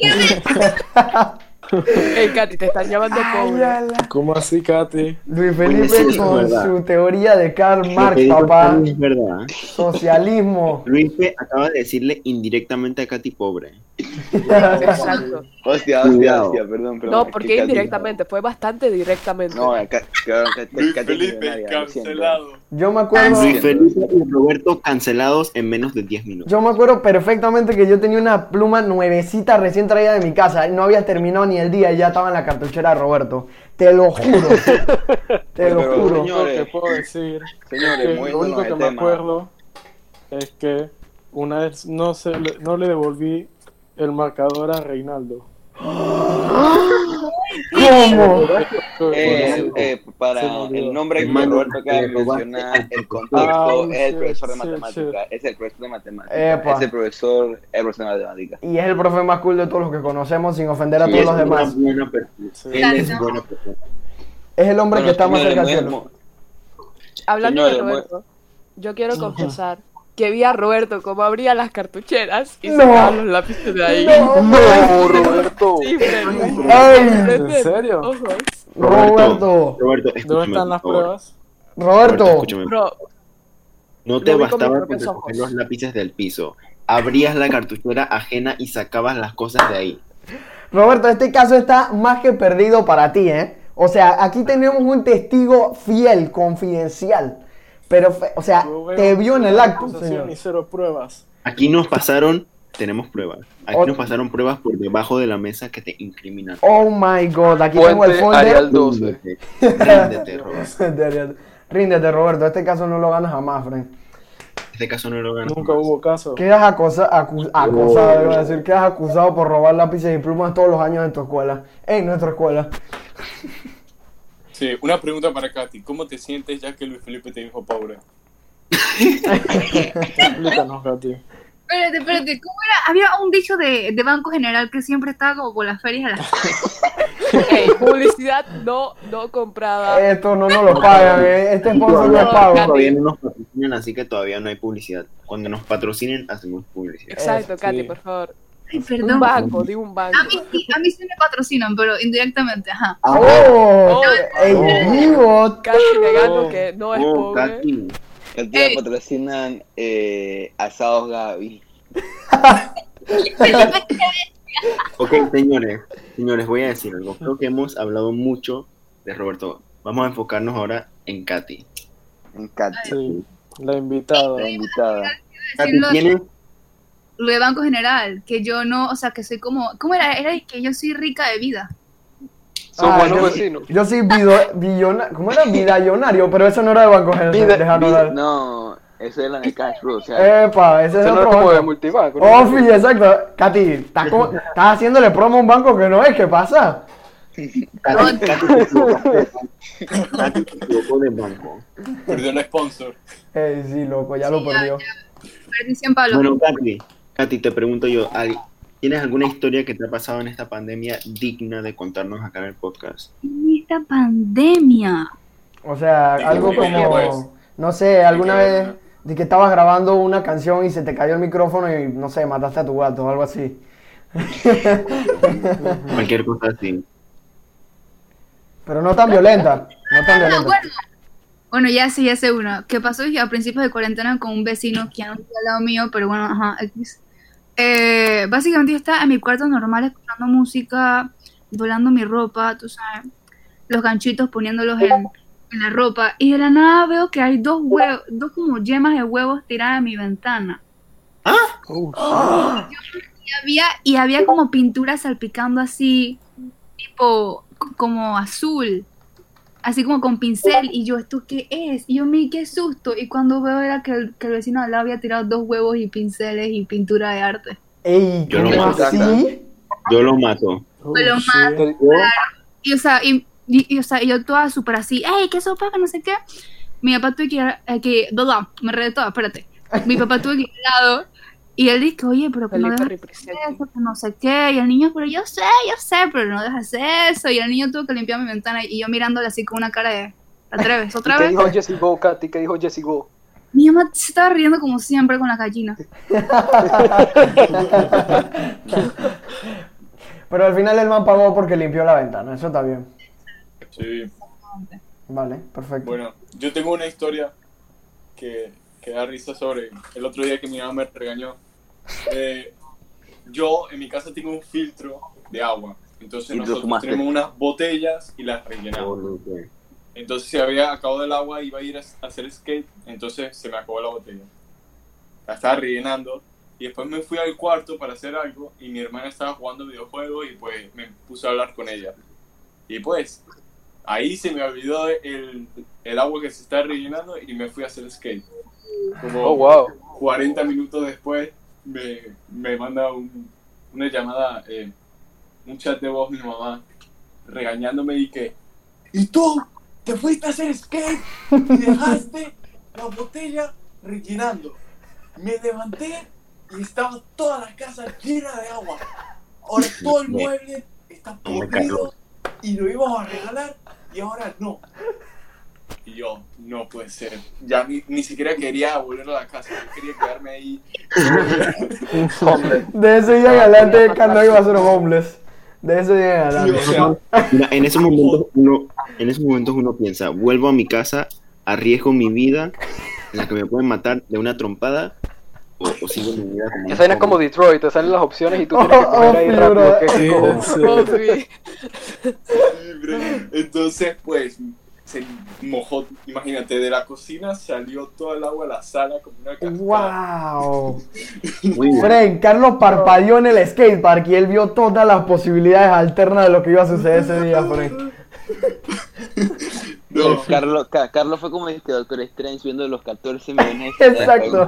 [SPEAKER 7] Ey, Katy, te están llamando pobre.
[SPEAKER 8] ¿Cómo así, Katy?
[SPEAKER 2] Luis
[SPEAKER 4] Pues
[SPEAKER 2] Felipe
[SPEAKER 4] sí, es
[SPEAKER 2] con
[SPEAKER 4] verdad.
[SPEAKER 2] su teoría de Karl
[SPEAKER 4] Lo
[SPEAKER 2] Marx,
[SPEAKER 4] que dijo
[SPEAKER 2] papá.
[SPEAKER 4] Carlos es verdad.
[SPEAKER 2] Socialismo.
[SPEAKER 4] Luispe acaba de decirle indirectamente a Katy pobre.
[SPEAKER 7] Exacto.
[SPEAKER 1] Hostia,
[SPEAKER 4] Cuidado.
[SPEAKER 1] perdón.
[SPEAKER 7] No,
[SPEAKER 1] es que
[SPEAKER 7] porque
[SPEAKER 1] Katy-
[SPEAKER 7] indirectamente, fue bastante directamente.
[SPEAKER 1] No, Katy
[SPEAKER 5] Luis
[SPEAKER 1] es
[SPEAKER 5] Felipe
[SPEAKER 1] millonaria, lo siento.
[SPEAKER 5] cancelado.
[SPEAKER 2] Yo me acuerdo.
[SPEAKER 4] Luis Felipe y Roberto cancelados en menos de 10 minutos.
[SPEAKER 2] Yo me acuerdo perfectamente que yo tenía una pluma nuevecita recién traída de mi casa. No había terminado ni el día y ya estaba en la cartuchera de Roberto. Te lo juro. Te lo
[SPEAKER 1] Pero,
[SPEAKER 2] juro.
[SPEAKER 8] Lo único
[SPEAKER 1] Señores,
[SPEAKER 8] que puedo decir
[SPEAKER 1] señores,
[SPEAKER 8] es que lo
[SPEAKER 1] moviéndonos
[SPEAKER 8] único
[SPEAKER 1] de
[SPEAKER 8] que me
[SPEAKER 1] tema.
[SPEAKER 8] acuerdo es que una vez no le devolví el marcador a Reinaldo.
[SPEAKER 2] ¿Cómo?
[SPEAKER 1] Para
[SPEAKER 8] Se me olvidó.
[SPEAKER 1] el nombre que
[SPEAKER 4] Hermano,
[SPEAKER 1] Roberto acaba de
[SPEAKER 4] te robaste
[SPEAKER 1] mencionar,
[SPEAKER 4] al
[SPEAKER 1] el
[SPEAKER 4] profesor.
[SPEAKER 1] contexto es el
[SPEAKER 8] shit,
[SPEAKER 1] profesor de
[SPEAKER 8] shit,
[SPEAKER 1] matemática. Es el profesor de matemática.
[SPEAKER 2] Epa.
[SPEAKER 1] Es el profesor de matemática.
[SPEAKER 2] Y es el profe más cool de todos los que conocemos sin ofender a
[SPEAKER 1] Sí,
[SPEAKER 2] todos
[SPEAKER 4] Es
[SPEAKER 2] los
[SPEAKER 4] una
[SPEAKER 2] demás.
[SPEAKER 4] buena persona.
[SPEAKER 8] Sí.
[SPEAKER 4] Él es buena persona.
[SPEAKER 2] Es el hombre que está más cerca del
[SPEAKER 1] señores,
[SPEAKER 2] cielo.
[SPEAKER 7] Hablando
[SPEAKER 1] Señores,
[SPEAKER 7] de Roberto, yo quiero confesar que vi a Roberto cómo abría las cartucheras y
[SPEAKER 2] No.
[SPEAKER 7] sacaba los lápices de ahí.
[SPEAKER 3] No, Roberto.
[SPEAKER 7] Sí, Freddy.
[SPEAKER 2] ¡Ey!
[SPEAKER 8] ¿En serio?
[SPEAKER 7] Ojos.
[SPEAKER 2] Roberto.
[SPEAKER 4] Roberto, escúchame,
[SPEAKER 8] ¿Dónde están las
[SPEAKER 4] por favor.
[SPEAKER 8] pruebas?
[SPEAKER 2] Roberto.
[SPEAKER 4] Escúchame.
[SPEAKER 7] Bro,
[SPEAKER 4] No te
[SPEAKER 7] Lo vi con mis
[SPEAKER 4] bastaba con
[SPEAKER 7] propios
[SPEAKER 4] recoger
[SPEAKER 7] ojos.
[SPEAKER 4] los lápices del piso. Abrías la cartuchera ajena y sacabas las cosas de ahí.
[SPEAKER 2] Roberto, este caso está más que perdido para ti, ¿eh? O sea, aquí tenemos un testigo fiel, confidencial. Pero, o sea,
[SPEAKER 8] Yo veo
[SPEAKER 2] te vio en el
[SPEAKER 8] una
[SPEAKER 2] acto,
[SPEAKER 8] acusación
[SPEAKER 2] señor.
[SPEAKER 8] y 0 pruebas.
[SPEAKER 4] Aquí nos pasaron, tenemos pruebas. Aquí
[SPEAKER 2] Ot-
[SPEAKER 4] nos pasaron pruebas por debajo de la mesa que te incriminan.
[SPEAKER 2] Oh my god, aquí tengo el
[SPEAKER 3] Fuente
[SPEAKER 2] folder.
[SPEAKER 3] Arial 12.
[SPEAKER 4] Ríndete, Roberto.
[SPEAKER 2] Ríndete, Roberto. Este caso no lo ganas jamás, Frank.
[SPEAKER 4] Este caso no lo ganó.
[SPEAKER 8] Nunca hubo caso.
[SPEAKER 2] Quedas acusado, iba a decir, quedas acusado por robar lápices y plumas todos los años en tu escuela. En nuestra escuela.
[SPEAKER 5] Sí, una pregunta para Katy. ¿Cómo te sientes ya que Luis Felipe te dijo pobre?
[SPEAKER 8] Explícanos, Katy.
[SPEAKER 6] Espérate, ¿cómo era? Había un dicho de Banco General que siempre estaba como por las ferias a las...
[SPEAKER 7] Ey, publicidad no comprada.
[SPEAKER 2] Esto no nos lo pagan, este sponsor no es pago.
[SPEAKER 4] Todavía no nos patrocinan, así que todavía no hay publicidad. Cuando nos patrocinen, hacemos publicidad.
[SPEAKER 7] Exacto,
[SPEAKER 2] Sí.
[SPEAKER 7] Katy, por favor.
[SPEAKER 6] Ay,
[SPEAKER 7] Un
[SPEAKER 6] perdón.
[SPEAKER 7] banco, digo un banco.
[SPEAKER 6] A mí sí me patrocinan, pero indirectamente, ajá.
[SPEAKER 2] ¡Oh! ¡Ey, vivo!
[SPEAKER 7] Katy negando que no es
[SPEAKER 4] Oh,
[SPEAKER 7] pobre.
[SPEAKER 4] Katy.
[SPEAKER 1] Cantidad patrocinan Asados Gaby.
[SPEAKER 4] Ok, señores, voy a decir algo. Creo que hemos hablado mucho de Roberto. Vamos a enfocarnos ahora en Katy.
[SPEAKER 1] En Katy,
[SPEAKER 8] Sí, la invitada.
[SPEAKER 1] la invitada.
[SPEAKER 4] Katy,
[SPEAKER 6] Decirlo-
[SPEAKER 4] ¿quién es?
[SPEAKER 6] Lo de Banco General, que yo no, o sea, que soy como... ¿Cómo era? Era que yo soy rica de vida.
[SPEAKER 3] Son buenos
[SPEAKER 2] yo,
[SPEAKER 3] vecinos.
[SPEAKER 2] yo soy ¿cómo era? Vidallonario, pero eso no era de Banco General. Déjalo hablar.
[SPEAKER 1] No, eso es la de Cash Flow, o sea,
[SPEAKER 2] Epa, ese es
[SPEAKER 3] Eso no es
[SPEAKER 2] otro
[SPEAKER 3] como de
[SPEAKER 2] banco.
[SPEAKER 3] multibanco. ¿no?
[SPEAKER 2] Oh, sí, exacto. Katy, estás haciéndole promo a un banco que no es, ¿qué pasa?
[SPEAKER 4] Katy se equivocó de banco.
[SPEAKER 5] Perdió el sponsor.
[SPEAKER 2] Sí, loco, ya lo perdió.
[SPEAKER 6] Perdí 100 palos.
[SPEAKER 4] Bueno, Katy, te pregunto yo, ¿tienes alguna historia que te ha pasado en esta pandemia digna de contarnos acá en el podcast?
[SPEAKER 6] Esta pandemia.
[SPEAKER 2] O sea,
[SPEAKER 5] Sí,
[SPEAKER 2] algo
[SPEAKER 5] sí,
[SPEAKER 2] como,
[SPEAKER 5] pues.
[SPEAKER 2] no sé, alguna
[SPEAKER 5] Sí,
[SPEAKER 2] vez
[SPEAKER 5] claro.
[SPEAKER 2] de que estabas grabando una canción y se te cayó el micrófono y, no sé, mataste a tu gato o algo así.
[SPEAKER 4] Cualquier cosa así.
[SPEAKER 2] Pero no tan violenta, no tan
[SPEAKER 6] Ah,
[SPEAKER 2] violenta.
[SPEAKER 6] bueno, ya sé uno. Que pasó dije, a principios de cuarentena con un vecino que ya no está al lado mío, pero bueno, ajá, X. Básicamente yo estaba en mi cuarto normal escuchando música, doblando mi ropa, tú sabes, los ganchitos poniéndolos en la ropa, y de la nada veo que hay dos como yemas de huevos tiradas en mi ventana. Y había como pintura salpicando así, tipo, como azul, así como con pincel, y yo, ¿esto qué es? Y yo, qué susto, y cuando veo era que el vecino al lado había tirado dos huevos y pinceles y pintura de arte.
[SPEAKER 2] Ey,
[SPEAKER 4] Yo lo
[SPEAKER 2] ¿cómo
[SPEAKER 4] mato.
[SPEAKER 2] así?
[SPEAKER 4] Yo lo mato.
[SPEAKER 6] Me lo
[SPEAKER 8] Sí.
[SPEAKER 6] mato. Y o sea, yo toda súper así, ¡ey, qué sopa, que no sé qué! Mi papá tuve me redé toda, espérate. Mi papá tuve que ir al lado y él dice, oye, pero que no
[SPEAKER 7] Felipe
[SPEAKER 6] dejas
[SPEAKER 7] representa.
[SPEAKER 6] eso, que no sé qué. Y el niño, pero yo sé, pero no dejas eso. Y el niño tuvo que limpiar mi ventana y yo mirándole así con una cara de, ¿te atreves?
[SPEAKER 3] ¿Y
[SPEAKER 6] ¿Otra
[SPEAKER 3] qué
[SPEAKER 6] vez?
[SPEAKER 3] dijo Jessie Go, Katy? ¿Qué dijo Jessie Go?
[SPEAKER 6] Mi mamá se estaba riendo como siempre con la gallina.
[SPEAKER 2] Pero al final el man pagó porque limpió la ventana, eso está bien.
[SPEAKER 5] Sí.
[SPEAKER 2] Vale, perfecto.
[SPEAKER 5] Bueno, yo tengo una historia que da risa sobre el otro día que mi mamá me regañó. Yo en mi casa tengo un filtro de agua. Entonces
[SPEAKER 1] Y lo
[SPEAKER 5] nosotros
[SPEAKER 1] fumaste.
[SPEAKER 5] tenemos unas botellas y las rellenamos. Entonces se había acabado el agua, iba a ir a hacer skate, entonces se me acabó la botella. La estaba rellenando y después me fui al cuarto para hacer algo y mi hermana estaba jugando videojuegos y pues me puse a hablar con ella. Y pues ahí se me olvidó el agua que se está rellenando y me fui a hacer skate. Como
[SPEAKER 3] Oh, wow.
[SPEAKER 5] 40 minutos después me manda una llamada, un chat de voz mi mamá regañándome y que ¿y tú? ¿Te fuiste a hacer skate y dejaste la botella rellenando? Me levanté y estaba toda la casa llena de agua. Ahora todo el mueble está podrido y lo íbamos a regalar y ahora no. Y yo, no puede ser. Ya ni siquiera quería volver a la casa, yo quería quedarme ahí.
[SPEAKER 2] De ese día en adelante, Carlos iba a ser homeless. De ese día en
[SPEAKER 5] Sí,
[SPEAKER 2] adelante.
[SPEAKER 5] o sea,
[SPEAKER 4] Mira, en esos momentos uno piensa, vuelvo a mi casa, arriesgo mi vida, en la que me pueden matar de una trompada, o sigo mi vida como
[SPEAKER 3] Esa vaina es como Detroit, te salen las opciones y tú tienes que
[SPEAKER 2] Oh,
[SPEAKER 3] coger ahí
[SPEAKER 2] sí,
[SPEAKER 3] rápido.
[SPEAKER 2] bro.
[SPEAKER 3] ¿Qué
[SPEAKER 8] Sí,
[SPEAKER 3] cojo?
[SPEAKER 8] sí.
[SPEAKER 7] Oh, sí.
[SPEAKER 5] libre. Entonces, pues, se mojó, imagínate, de la cocina salió todo el agua a la sala como una cascada.
[SPEAKER 2] ¡Wow!
[SPEAKER 4] Muy bien.
[SPEAKER 2] Fren, Carlos parpadeó en el skatepark y él vio todas las posibilidades alternas de lo que iba a suceder ese día, Fren.
[SPEAKER 1] No, Carlos fue como este Doctor Strange viendo los 14 millones
[SPEAKER 2] Exacto.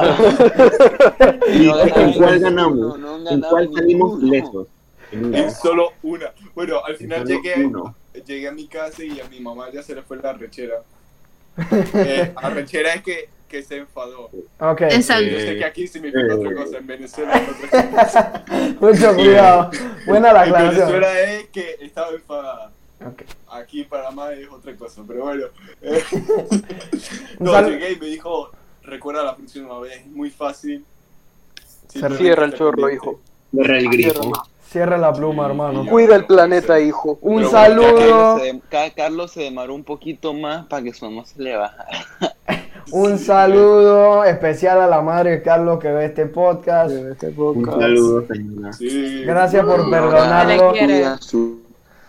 [SPEAKER 4] ¿En cuál ganamos? ¿En cuál salimos lesos?
[SPEAKER 5] En solo una. Bueno, al final
[SPEAKER 4] solo
[SPEAKER 5] llegué a mi casa y a mi mamá ya se le fue la arrechera. Arrechera es que se enfadó.
[SPEAKER 2] Ok.
[SPEAKER 6] Exacto.
[SPEAKER 5] Yo sé que aquí significa otra cosa, en Venezuela es otra cosa.
[SPEAKER 2] Mucho cuidado. Buena la
[SPEAKER 5] En
[SPEAKER 2] aclaración.
[SPEAKER 5] Venezuela es que estaba enfadada.
[SPEAKER 2] Ok.
[SPEAKER 5] Aquí en Panamá es otra cosa, pero bueno.
[SPEAKER 2] Un
[SPEAKER 5] No,
[SPEAKER 2] sal-
[SPEAKER 5] llegué y me dijo, recuerda la próxima vez, es muy fácil.
[SPEAKER 3] Cierra el chorro, hijo.
[SPEAKER 4] Cierra el grifo.
[SPEAKER 2] Cierra la pluma, hermano.
[SPEAKER 3] Cuida el planeta, hijo.
[SPEAKER 2] Un
[SPEAKER 1] Pero
[SPEAKER 2] saludo.
[SPEAKER 1] Carlos se demoró un poquito más para que su mamá se le bajara.
[SPEAKER 2] Un saludo especial a la madre de Carlos que ve este podcast.
[SPEAKER 8] De este
[SPEAKER 4] Un
[SPEAKER 8] podcast.
[SPEAKER 4] saludo, señora.
[SPEAKER 5] Sí.
[SPEAKER 2] Gracias por
[SPEAKER 6] Se
[SPEAKER 2] perdonarlo.
[SPEAKER 6] le quiere.
[SPEAKER 1] Cuida su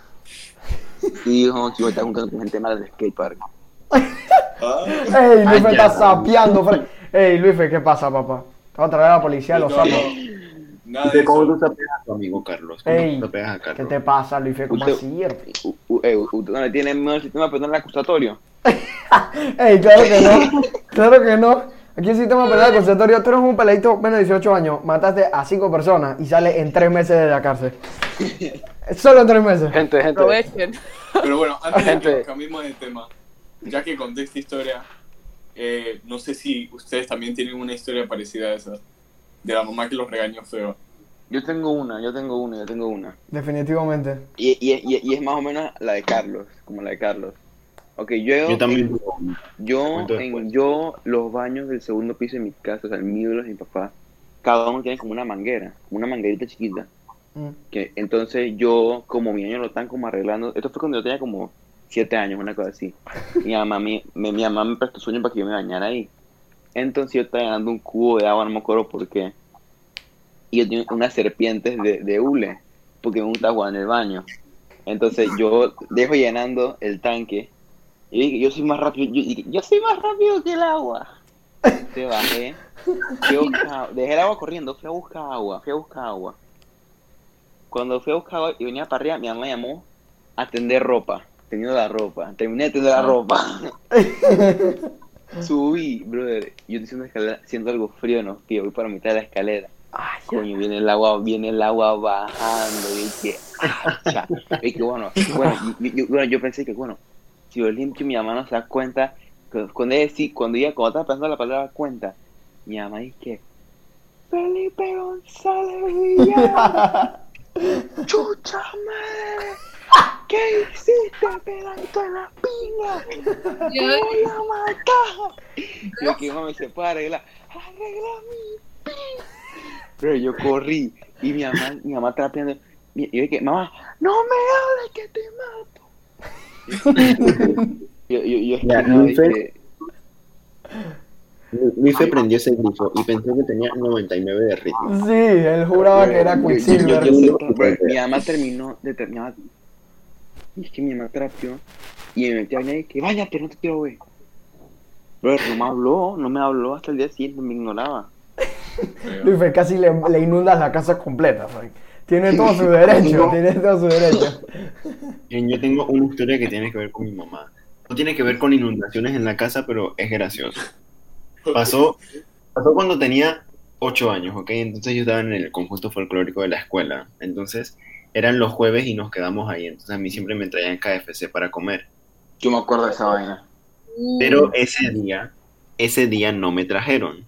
[SPEAKER 1] hijo que está juntando con gente mala del skatepark.
[SPEAKER 5] Ah,
[SPEAKER 2] Ey, Luis me
[SPEAKER 4] ya.
[SPEAKER 2] está sapeando. Ey, Luis, ¿qué pasa, papá? Te va a traer a la policía, los
[SPEAKER 5] no,
[SPEAKER 2] sapos.
[SPEAKER 5] nada de
[SPEAKER 4] ¿Cómo
[SPEAKER 5] eso.
[SPEAKER 4] tú sapeas a tu amigo Carlos? ¿Cómo
[SPEAKER 2] Ey,
[SPEAKER 4] tú sapeas a
[SPEAKER 2] ¿qué
[SPEAKER 4] Carlos?
[SPEAKER 2] te pasa, Luis? ¿Cómo
[SPEAKER 1] Usted-
[SPEAKER 2] así?
[SPEAKER 1] ¿Usted no le tiene miedo al sistema penal acusatorio?
[SPEAKER 2] Ey, claro que no. Claro que no. Aquí el sistema penal acusatorio, tú eres un peladito menos de 18 años, mataste a 5 personas y sales en 3 meses de la cárcel. Solo en 3 meses.
[SPEAKER 3] Gente.
[SPEAKER 7] Aprovechen.
[SPEAKER 5] Pero bueno, antes de
[SPEAKER 3] Gente.
[SPEAKER 5] que cambiemos de tema, ya que conté esta historia, no sé si ustedes también tienen una historia parecida a esa, de la mamá que los regañó feo.
[SPEAKER 1] Yo tengo una.
[SPEAKER 2] Definitivamente.
[SPEAKER 1] Y es más o menos la de Carlos, como la de Carlos. Ok,
[SPEAKER 4] Yo también.
[SPEAKER 1] Yo,
[SPEAKER 4] Cuento después.
[SPEAKER 1] los baños del segundo piso de mi casa, o sea, el mío y los de mi papá, cada uno tiene como una manguera, como una manguerita chiquita.
[SPEAKER 2] Mm.
[SPEAKER 1] Que entonces yo, como mi año lo están como arreglando, esto fue cuando yo tenía como 7 años, una cosa así. Mi mamá me prestó sueño para que yo me bañara ahí. Entonces yo estaba llenando un cubo de agua, no me acuerdo por qué. Y yo tenía unas serpientes de hule, porque me gusta jugar en el baño. Entonces yo dejo llenando el tanque. Y dije, yo soy más rápido, yo soy más rápido que el agua. Te bajé, dejé el agua corriendo, fui a buscar agua. Cuando fui a buscar agua y venía para arriba, mi mamá me llamó a tender ropa. Terminé de tender la ropa. Subí, brother, yo estoy siento algo frío en los pies, voy para mitad de la escalera.
[SPEAKER 2] Ay,
[SPEAKER 1] Coño, viene el agua bajando, y dije, y que bueno, yo pensé que bueno, si yo limpio mi mamá no se da cuenta, cuando estaba pensando la palabra cuenta, mi mamá dice, Felipe González Villar, chucha madre, ¿qué hiciste pegadito en la pinga?
[SPEAKER 6] Yo-
[SPEAKER 1] ¡Voy a matar! Yo que mami se puede arregla mi pinga. Pero yo corrí y mi mamá trapeando. Y yo dije, mamá, no me hables que te mato. yo
[SPEAKER 4] Ya,
[SPEAKER 1] estaba,
[SPEAKER 4] Luis
[SPEAKER 1] dije,
[SPEAKER 4] Luis prendió ese grifo y pensó que tenía 99 de ritmo.
[SPEAKER 2] sí, él juraba que era Quicksilver.
[SPEAKER 1] mi mamá terminó de terminar. Y es que mi mamá trapeó y me metió a bañar y que váyate, no te quiero ver. Pero no me habló hasta el día siguiente, me ignoraba.
[SPEAKER 2] Luis, casi le inundas la casa completa. ¿Sabes? Tiene todo su derecho,
[SPEAKER 4] Yo tengo una historia que tiene que ver con mi mamá. No tiene que ver con inundaciones en la casa, pero es gracioso. Pasó cuando tenía 8 años, ¿ok? Entonces yo estaba en el conjunto folclórico de la escuela. Entonces eran los jueves y nos quedamos ahí. Entonces a mí siempre me traían KFC para comer.
[SPEAKER 1] Yo me acuerdo de esa vaina.
[SPEAKER 4] Pero ese día no me trajeron.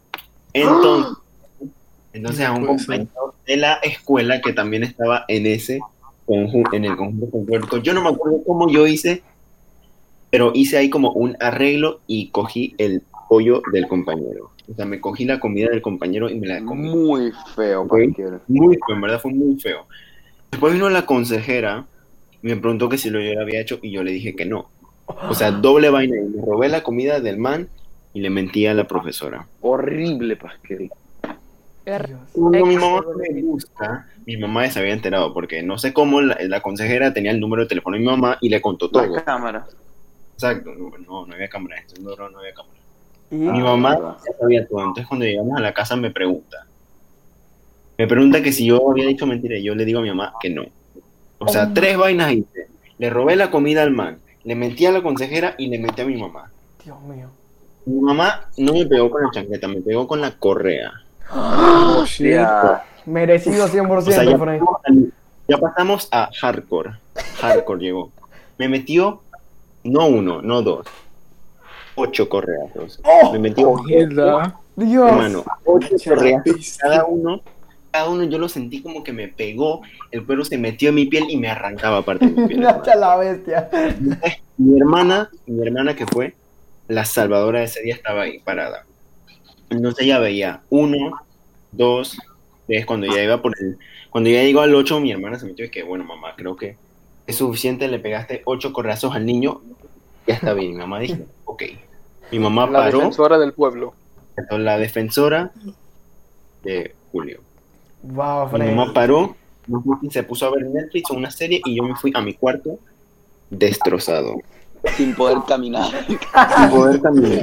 [SPEAKER 4] Entonces a un compañero de la escuela que también estaba en en el conjunto folclórico, yo no me acuerdo cómo yo hice, pero hice ahí como un arreglo y cogí el pollo del compañero. O sea, me cogí la comida del compañero y me la comí.
[SPEAKER 1] Muy feo,
[SPEAKER 4] Ok.
[SPEAKER 1] cualquiera.
[SPEAKER 4] Muy feo, en verdad fue muy feo. Después vino la consejera y me preguntó que si yo lo había hecho y yo le dije que no. O sea, doble vaina. Y me robé la comida del man y le mentí a la profesora.
[SPEAKER 1] Horrible, Pasquel.
[SPEAKER 4] Cuando mi mamá me busca, mi mamá ya se había enterado porque no sé cómo la consejera tenía el número de teléfono de mi mamá y le contó todo.
[SPEAKER 1] Las cámaras.
[SPEAKER 4] Exacto, no había cámara, no había cámara.
[SPEAKER 2] Y
[SPEAKER 4] Mi mamá ya sabía todo, entonces cuando llegamos a la casa me pregunta que si yo había dicho mentira y yo le digo a mi mamá que no. O sea, 3 vainas hice. Le robé la comida al man, le metí a la consejera y le metí a mi mamá.
[SPEAKER 2] Dios mío.
[SPEAKER 4] Mi mamá no me pegó con la chancleta, me pegó con la correa.
[SPEAKER 8] Oh, shit.
[SPEAKER 2] Merecido 100%,
[SPEAKER 4] O sea,
[SPEAKER 2] Frank.
[SPEAKER 4] ya pasamos a hardcore. Hardcore llegó. Me metió, no 1, no 2, 8 correazos.
[SPEAKER 2] ¡Oh!
[SPEAKER 4] Me metió,
[SPEAKER 8] Mierda.
[SPEAKER 2] Dios.
[SPEAKER 4] hermano, 8 correazos. Cada uno yo lo sentí como que me pegó, el perro se metió en mi piel y me arrancaba parte de mi piel.
[SPEAKER 2] Hasta la bestia.
[SPEAKER 4] Mi hermana que fue la salvadora de ese día estaba ahí parada. Entonces ella veía 1, 2, 3, cuando ya llegó al 8, mi hermana se metió y que, bueno, mamá, creo que es suficiente, le pegaste 8 correazos al niño, ya está bien. Mi mamá dijo, ok. Mi mamá
[SPEAKER 3] La
[SPEAKER 4] paró,
[SPEAKER 3] defensora del pueblo.
[SPEAKER 4] la defensora de Julio.
[SPEAKER 2] Wow,
[SPEAKER 4] Mi
[SPEAKER 2] Frank.
[SPEAKER 4] mamá paró, se puso a ver Netflix o una serie y yo me fui a mi cuarto destrozado.
[SPEAKER 1] Sin poder caminar.
[SPEAKER 4] Sin poder caminar.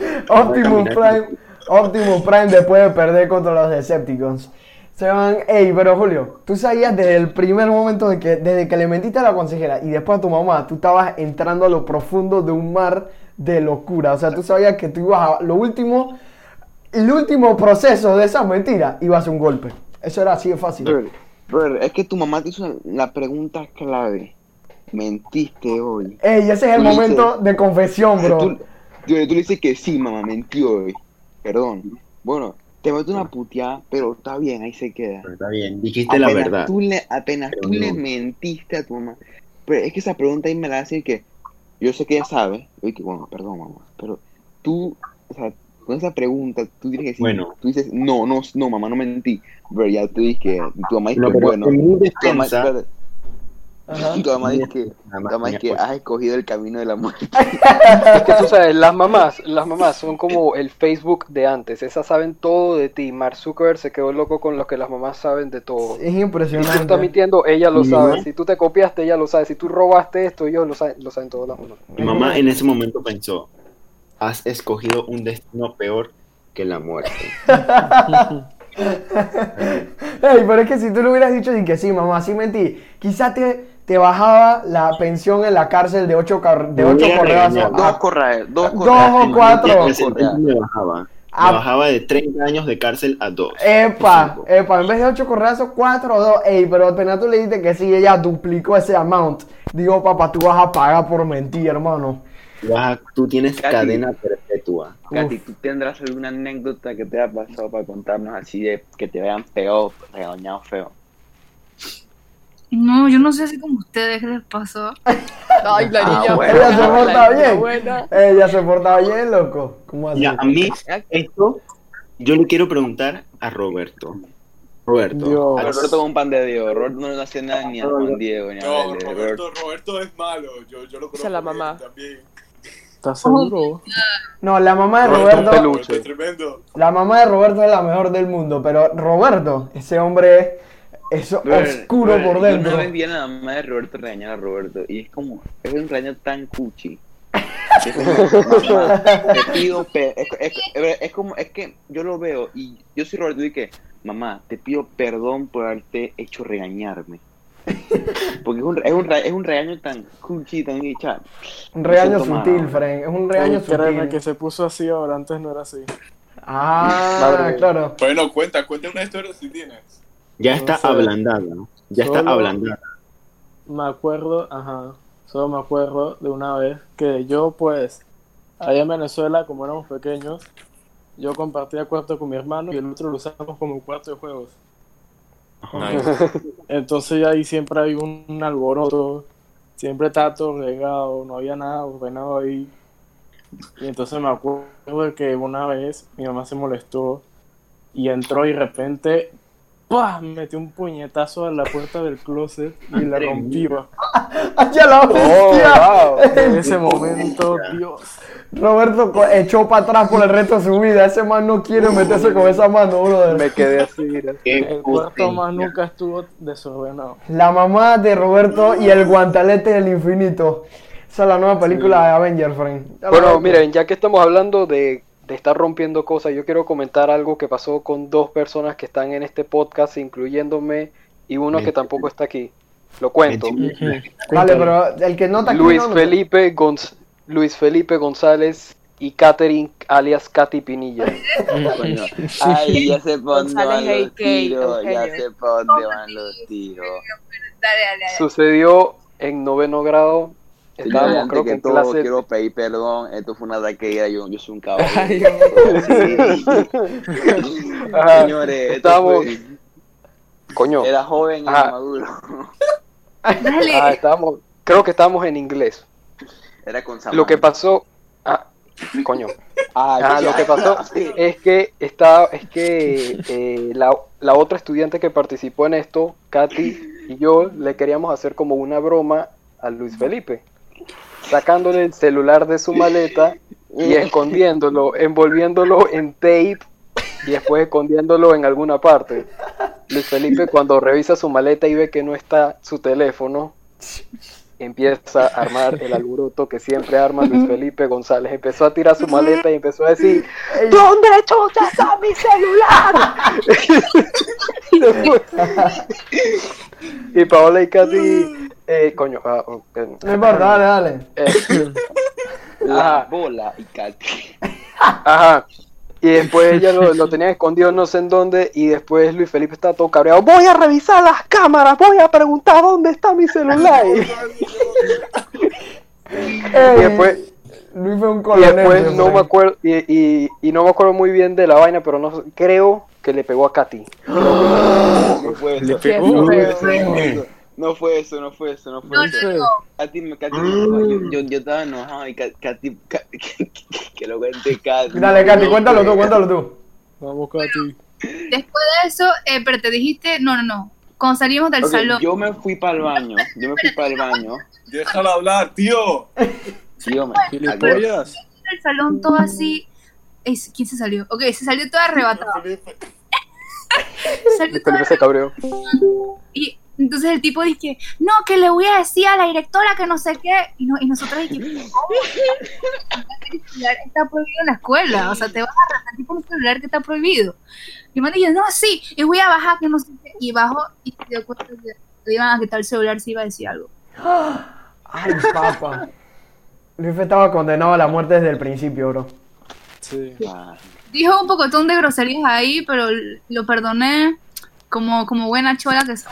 [SPEAKER 2] Optimus Prime después de perder contra los Decepticons. Se van, ey, pero Julio, tú sabías desde el primer momento desde que le mentiste a la consejera y después a tu mamá, tú estabas entrando a lo profundo de un mar de locura. O sea, tú sabías que tú ibas el último proceso de esa mentira iba a ser un golpe. Eso era así de fácil.
[SPEAKER 1] Brother, es que tu mamá te hizo la pregunta clave. Mentiste hoy.
[SPEAKER 2] Ey, ese es el
[SPEAKER 1] Tú le
[SPEAKER 2] momento
[SPEAKER 1] dices-
[SPEAKER 2] de confesión, bro.
[SPEAKER 1] Tú le dices que sí, mamá, mentió hoy. Perdón. Bueno, te meto una puteada, pero está bien, ahí se queda.
[SPEAKER 4] Pero está bien, dijiste la verdad.
[SPEAKER 1] Apenas
[SPEAKER 4] Pero
[SPEAKER 1] tú le
[SPEAKER 4] no.
[SPEAKER 1] mentiste a tu mamá. Pero es que esa pregunta ahí me la hace que yo sé que ella sabe. Y que bueno, perdón, mamá. Pero tú, o sea, con esa pregunta, tú dices que sí.
[SPEAKER 4] Bueno.
[SPEAKER 1] Tú dices, no, mamá, no mentí. Pero ya tú dices que tu mamá dice
[SPEAKER 4] No,
[SPEAKER 1] que
[SPEAKER 4] pero
[SPEAKER 1] bueno.
[SPEAKER 4] en mi
[SPEAKER 1] Tu mamá,
[SPEAKER 4] defensa,
[SPEAKER 1] espérate,
[SPEAKER 2] Ajá.
[SPEAKER 1] tu mamá dice
[SPEAKER 4] Nada
[SPEAKER 1] tu
[SPEAKER 4] más
[SPEAKER 1] mamá dice que
[SPEAKER 4] tenía
[SPEAKER 1] has escogido el camino de la muerte.
[SPEAKER 3] Es que tú sabes, las mamás son como el Facebook de antes. Esas saben todo de ti. Mark Zuckerberg se quedó loco con lo que las mamás saben de todo.
[SPEAKER 2] Es
[SPEAKER 3] Si tú estás
[SPEAKER 2] impresionante.
[SPEAKER 3] mintiendo, ella lo
[SPEAKER 4] Mi
[SPEAKER 3] sabe.
[SPEAKER 4] mamá-
[SPEAKER 3] Si tú te copiaste, ella lo sabe. Si tú robaste esto, ellos lo saben todas las mamás.
[SPEAKER 4] mi mamá en ese momento pensó, has escogido un destino peor que la muerte.
[SPEAKER 2] Ey, pero es que si tú le hubieras dicho y que sí, mamá, sí mentí, quizás te bajaba la pensión en la cárcel de 8
[SPEAKER 4] Me hubiera
[SPEAKER 2] correazos.
[SPEAKER 4] regañado.
[SPEAKER 1] Dos correas, dos
[SPEAKER 2] Dos
[SPEAKER 1] correas.
[SPEAKER 2] o cuatro.
[SPEAKER 4] El
[SPEAKER 1] Dos
[SPEAKER 4] sentence
[SPEAKER 1] correas.
[SPEAKER 4] me bajaba.
[SPEAKER 2] Ah.
[SPEAKER 4] Me bajaba de 30 años de cárcel a 2.
[SPEAKER 2] Epa, en vez de 8 correazos, 4 o 2. Ey, pero apenas tú le dijiste que sí, ella duplicó ese amount. Digo, papá, tú vas a pagar por mentir, hermano.
[SPEAKER 4] Tú tienes
[SPEAKER 1] Casi.
[SPEAKER 4] cadena perpetua.
[SPEAKER 1] Katy, ¿tú tendrás alguna anécdota que te haya pasado para contarnos así de que te hayan pegado, regañado feo?
[SPEAKER 6] No, yo no sé si como ustedes les pasó.
[SPEAKER 7] Ay, la niña
[SPEAKER 1] bueno.
[SPEAKER 2] Ella se
[SPEAKER 7] buena,
[SPEAKER 2] porta
[SPEAKER 7] la niña
[SPEAKER 2] bien.
[SPEAKER 7] buena.
[SPEAKER 2] Ella se portaba bien, loco. ¿Cómo así?
[SPEAKER 4] Ya, a mí, esto, yo le quiero preguntar a Roberto. Roberto,
[SPEAKER 8] Dios.
[SPEAKER 1] Roberto es un pan de Dios. Roberto no le hace nada ni a Juan Diego ni a
[SPEAKER 5] No,
[SPEAKER 1] Vélez.
[SPEAKER 5] Roberto es malo. Yo lo conozco.
[SPEAKER 7] Esa es la
[SPEAKER 5] bien
[SPEAKER 7] mamá.
[SPEAKER 5] También.
[SPEAKER 8] ¿Estás seguro?
[SPEAKER 2] No, la mamá de
[SPEAKER 3] Roberto es un
[SPEAKER 2] Roberto.
[SPEAKER 3] peluche.
[SPEAKER 5] Roberto es tremendo.
[SPEAKER 2] La mamá de Roberto es la mejor del mundo, pero Roberto, ese hombre es oscuro por
[SPEAKER 1] Yo
[SPEAKER 2] dentro.
[SPEAKER 1] una vez vi a la mamá de Roberto regañar a Roberto y es como, es un regaño tan cuchi. Es como, mamá, te pido es que yo lo veo y yo soy Roberto y que, mamá, te pido perdón por haberte hecho regañarme. Porque es un regaño tan cuchi, tan hecha.
[SPEAKER 2] Un regaño
[SPEAKER 1] Me siento
[SPEAKER 2] sutil,
[SPEAKER 1] mal.
[SPEAKER 2] Frank. Es un regaño
[SPEAKER 8] Créeme
[SPEAKER 2] sutil.
[SPEAKER 8] que se puso así ahora, antes no era así.
[SPEAKER 2] Ah,
[SPEAKER 3] Madre mía.
[SPEAKER 2] claro.
[SPEAKER 5] Bueno, cuenta una historia si tienes.
[SPEAKER 4] ya está
[SPEAKER 8] No sé.
[SPEAKER 4] ablandada, ¿no? Ya está
[SPEAKER 8] Solo-
[SPEAKER 4] ablandada.
[SPEAKER 8] Me acuerdo, solo me acuerdo de una vez que yo, pues, allá en Venezuela, como éramos pequeños, yo compartía cuarto con mi hermano y el otro lo usábamos como cuarto de juegos. Entonces ahí siempre hay un alboroto, siempre estaba todo regado, no había nada ordenado ahí. Y entonces me acuerdo de que una vez mi mamá se molestó y entró y de repente ¡pah! Metió un puñetazo a la puerta del closet y la rompió.
[SPEAKER 2] ¡Hacia la bestia!
[SPEAKER 8] En ese momento, Dios.
[SPEAKER 2] Roberto echó para atrás por el resto de su vida. Ese man no quiere meterse con esa mano, brother.
[SPEAKER 3] Me quedé así, mira.
[SPEAKER 4] Qué
[SPEAKER 8] El cuarto más
[SPEAKER 4] potencia.
[SPEAKER 8] nunca estuvo desordenado.
[SPEAKER 2] La mamá de Roberto y el guantelete del infinito. Esa es la nueva película de Avengers, friend. Ya la
[SPEAKER 3] Bueno,
[SPEAKER 2] ves.
[SPEAKER 3] miren, ya que estamos hablando de estar rompiendo cosas, yo quiero comentar algo que pasó con dos personas que están en este podcast, incluyéndome y uno que tampoco está aquí. Lo cuento.
[SPEAKER 2] Vale, pero el que nota aquí
[SPEAKER 3] Luis Felipe González y Catherine alias Katy Pinilla.
[SPEAKER 1] Coño. Ay, ya sé por dónde van
[SPEAKER 7] González,
[SPEAKER 1] los tiros.
[SPEAKER 7] Eugenio.
[SPEAKER 1] Ya sé por dónde van los tiros.
[SPEAKER 6] Dale.
[SPEAKER 3] Sucedió en 9º grado.
[SPEAKER 1] Señores,
[SPEAKER 3] Estábamos,
[SPEAKER 1] antes
[SPEAKER 3] creo que
[SPEAKER 1] que
[SPEAKER 3] en
[SPEAKER 1] todo,
[SPEAKER 3] clase.
[SPEAKER 1] quiero pedir perdón. Esto fue una taquera. Yo soy un caballero.
[SPEAKER 3] Ajá,
[SPEAKER 1] Señores, esto
[SPEAKER 3] estábamos.
[SPEAKER 1] fue-
[SPEAKER 3] Coño.
[SPEAKER 1] Era joven y
[SPEAKER 3] Ajá.
[SPEAKER 1] maduro.
[SPEAKER 6] Dale.
[SPEAKER 3] Creo que estábamos en inglés.
[SPEAKER 1] Era con Samantha.
[SPEAKER 3] Lo que pasó. Coño.
[SPEAKER 1] Ah,
[SPEAKER 3] Lo que pasó es que la otra estudiante que participó en esto, Katy y yo, le queríamos hacer como una broma a Luis Felipe, sacándole el celular de su maleta y escondiéndolo, envolviéndolo en tape y después escondiéndolo en alguna parte. Luis Felipe, cuando revisa su maleta y ve que no está su teléfono, empieza a armar el alboroto que siempre arma Luis Felipe González. Empezó a tirar su maleta y empezó a decir: ¿dónde chucha está mi celular? Y Paola y Katy, coño,
[SPEAKER 2] No importa, dale.
[SPEAKER 1] La bola y Katy.
[SPEAKER 3] Ajá. Y después ella lo tenía escondido no sé en dónde, y después Luis Felipe estaba todo cabreado: voy a revisar las cámaras, voy a preguntar dónde está mi celular. Y después
[SPEAKER 2] Luis fue un
[SPEAKER 3] Y
[SPEAKER 2] colonel.
[SPEAKER 3] después no me
[SPEAKER 2] hombre.
[SPEAKER 3] acuerdo, y no me acuerdo muy bien de la vaina, pero no creo que le pegó a Katy.
[SPEAKER 1] No fue eso.
[SPEAKER 7] Qué feo.
[SPEAKER 1] No fue eso.
[SPEAKER 6] No.
[SPEAKER 1] Katy, yo estaba enojado y Katy, que lo cuente Katy.
[SPEAKER 2] Dale, Katy, cuéntalo tú.
[SPEAKER 8] Vamos, Katy.
[SPEAKER 6] Después de eso, pero te dijiste, no. Cuando salimos del
[SPEAKER 1] Ok,
[SPEAKER 6] salón,
[SPEAKER 1] yo me fui para el baño.
[SPEAKER 5] Déjala hablar, tío.
[SPEAKER 1] Tío,
[SPEAKER 8] ¿Gilipollas?
[SPEAKER 6] del salón todo así. ¿Quién se salió? Ok, se salió todo arrebatado. Salió
[SPEAKER 3] Luis
[SPEAKER 6] todo
[SPEAKER 3] Felipe se cabreó.
[SPEAKER 6] Y entonces el tipo dice, no, que le voy a decir a la directora que no sé qué. Y nosotros dijimos, ¿cómo? El celular está prohibido en la escuela. O sea, te vas a arrepentir por un celular que está prohibido. Y me dice, no, sí, y voy a bajar, que no sé qué. Y bajo y se dio cuenta que le iban a quitar el celular si iba a decir algo.
[SPEAKER 2] Ay, papá. Luis estaba condenado a la muerte desde el principio, bro.
[SPEAKER 8] Sí.
[SPEAKER 6] Dijo un pocotón de groserías ahí, pero lo perdoné como buena chola que soy.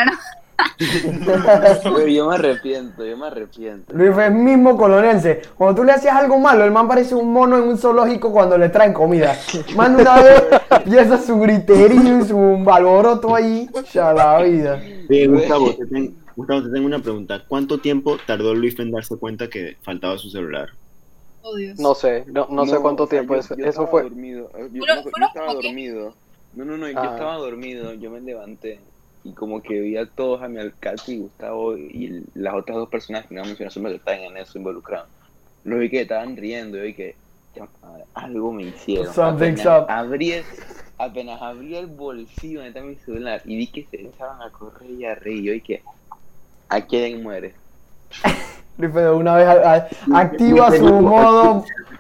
[SPEAKER 1] Pero yo me arrepiento.
[SPEAKER 2] Luis es mismo colonense. Cuando tú le hacías algo malo, el man parece un mono en un zoológico cuando le traen comida. Man, una vez empieza su griterío y su alboroto ahí. Ya la vida.
[SPEAKER 4] Sí, Gustavo, te tengo una pregunta. ¿Cuánto tiempo tardó Luis en darse cuenta que faltaba su celular?
[SPEAKER 6] Oh, Dios.
[SPEAKER 3] No sé cuánto
[SPEAKER 1] o sea,
[SPEAKER 3] tiempo
[SPEAKER 1] yo
[SPEAKER 3] eso
[SPEAKER 1] estaba
[SPEAKER 3] fue.
[SPEAKER 1] Dormido. Yo
[SPEAKER 6] Fueron
[SPEAKER 1] estaba
[SPEAKER 6] como que-
[SPEAKER 1] dormido. No, yo
[SPEAKER 3] Ah.
[SPEAKER 1] estaba dormido. Yo me levanté y como que vi a todos, a mi alcalde y Gustavo y las otras dos personas que no mencioné, son los que están en eso involucrados. Los vi que estaban riendo y vi que ya, algo me hicieron.
[SPEAKER 2] Something's up.
[SPEAKER 1] Apenas abrí el bolsillo donde está mi celular y vi que se echaban a correr y a reír. Yo vi que ¿a quién muere?
[SPEAKER 2] Luis de una vez activa su modo.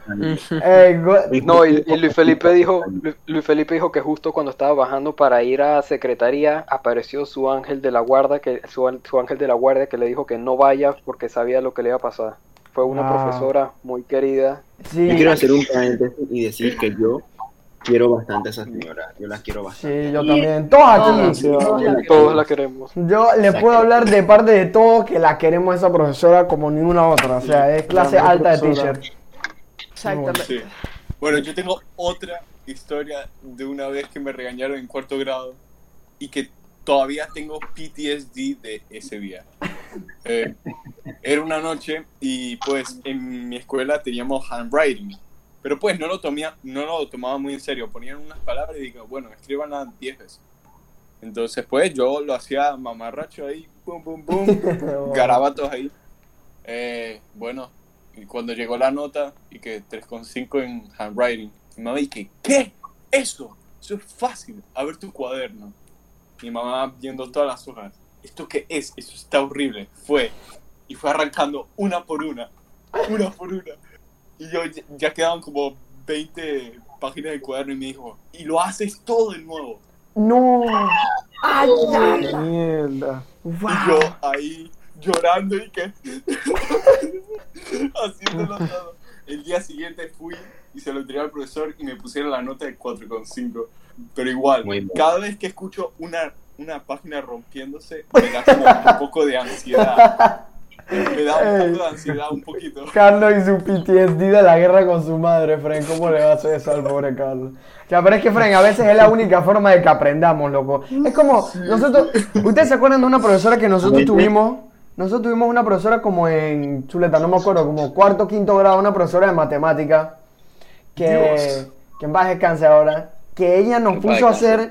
[SPEAKER 3] No, y Luis Felipe dijo que justo cuando estaba bajando para ir a secretaría apareció su ángel de la guardia su ángel de la guardia que le dijo que no vaya porque sabía lo que le iba a pasar. Fue una profesora muy querida.
[SPEAKER 2] Sí,
[SPEAKER 4] Yo quiero hacer un paréntesis y decir que yo quiero bastante a esa señora. Yo las quiero bastante.
[SPEAKER 2] sí, yo también. Todos aquí.
[SPEAKER 3] Todos la queremos.
[SPEAKER 2] Yo le puedo hablar de parte de todos que la queremos a esa profesora como ninguna otra. O sea, es clase
[SPEAKER 8] Grande
[SPEAKER 2] alta de
[SPEAKER 8] profesora.
[SPEAKER 2] teacher.
[SPEAKER 7] Exactamente.
[SPEAKER 5] Sí. Bueno, yo tengo otra historia de una vez que me regañaron en 4º grado y que todavía tengo PTSD de ese día. Era una noche y pues en mi escuela teníamos handwriting, pero pues no lo tomaba muy en serio. Ponían unas palabras y digo, bueno, escríbanlas 10 veces. Entonces pues yo lo hacía mamarracho ahí, pum, pum, pum, garabatos ahí. Bueno, y cuando llegó la nota y que 3,5 en handwriting, mi mamá dije, ¿qué? Eso es fácil, a ver tu cuaderno. Mi mamá viendo todas las hojas, ¿esto qué es? Eso está horrible. Fue arrancando una por una. Y yo ya quedaban como 20 páginas del cuaderno y me dijo, y lo haces todo de nuevo.
[SPEAKER 2] No. Ay, ay.
[SPEAKER 8] Mierda.
[SPEAKER 2] Wow.
[SPEAKER 5] Y yo ahí llorando y que haciéndolo todo. El día siguiente fui y se lo entregué al profesor y me pusieron la nota de 4,5. Pero igual, cada vez que escucho una página rompiéndose, me da como un poco de ansiedad. Me da un poco de ansiedad, un poquito.
[SPEAKER 2] Carlos y su PTSD de la guerra con su madre, Fren. ¿Cómo le va a hacer eso al pobre Carlos? Ya, pero es que, Fren, a veces es la única forma de que aprendamos, loco. Es como, nosotros... ¿Ustedes se acuerdan de una profesora que nosotros tuvimos? Nosotros tuvimos una profesora como en Chuleta, no me acuerdo, como cuarto, quinto grado, una profesora de matemática. Que en paz descanse ahora. Que ella nos puso a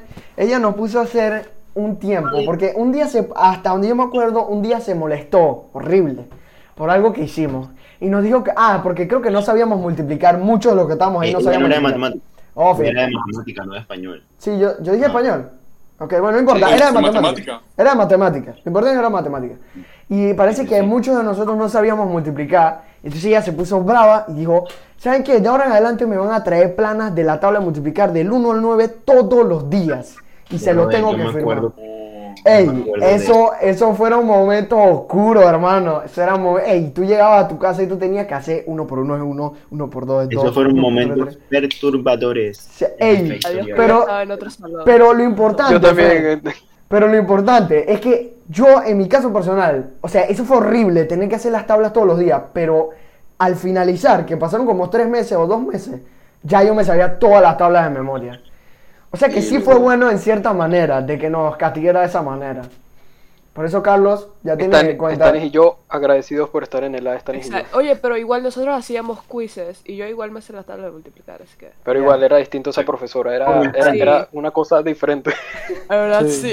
[SPEAKER 2] hacer un tiempo, porque un día hasta donde yo me acuerdo, un día se molestó, horrible, por algo que hicimos. Y nos dijo que, porque creo que no sabíamos multiplicar, muchos de los que estábamos ahí no sabíamos
[SPEAKER 4] era de
[SPEAKER 2] multiplicar.
[SPEAKER 4] matemática. Era de matemática, no de español.
[SPEAKER 2] Sí, yo dije español. Ok, bueno, no importa,
[SPEAKER 5] Sí,
[SPEAKER 2] era de
[SPEAKER 5] matemática.
[SPEAKER 2] matemática. Era de matemática, lo importante era matemática. Y parece que muchos de nosotros no sabíamos multiplicar, entonces ella se puso brava y dijo, ¿saben qué? De ahora en adelante me van a traer planas de la tabla de multiplicar del 1 al 9 todos los días. Y se los tengo que firmar. Ey, eso fueron momentos oscuros, hermano. Eso era ey, tú llegabas a tu casa y tú tenías que hacer 1 por 1 es 1, 1 por 2 es 2.
[SPEAKER 4] Esos fueron momentos perturbadores.
[SPEAKER 2] Ey,
[SPEAKER 7] pero
[SPEAKER 2] pero lo importante,
[SPEAKER 3] Yo también.
[SPEAKER 2] pero lo importante es que yo, en mi caso personal, o sea, eso fue horrible, tener que hacer las tablas todos los días, pero al finalizar, que pasaron como 3 meses o 2 meses, ya yo me sabía todas las tablas de memoria. O sea que sí fue bueno en cierta manera, de que nos castigara de esa manera. Por eso, Carlos, ya tienes en cuenta...
[SPEAKER 3] Stanis y yo, agradecidos por estar en el A, Stanis y yo.
[SPEAKER 7] Oye, pero igual nosotros hacíamos quizzes y yo igual me sé la tabla de multiplicar, así que...
[SPEAKER 3] Pero igual era distinto esa profesora, era una cosa diferente.
[SPEAKER 7] La verdad, sí.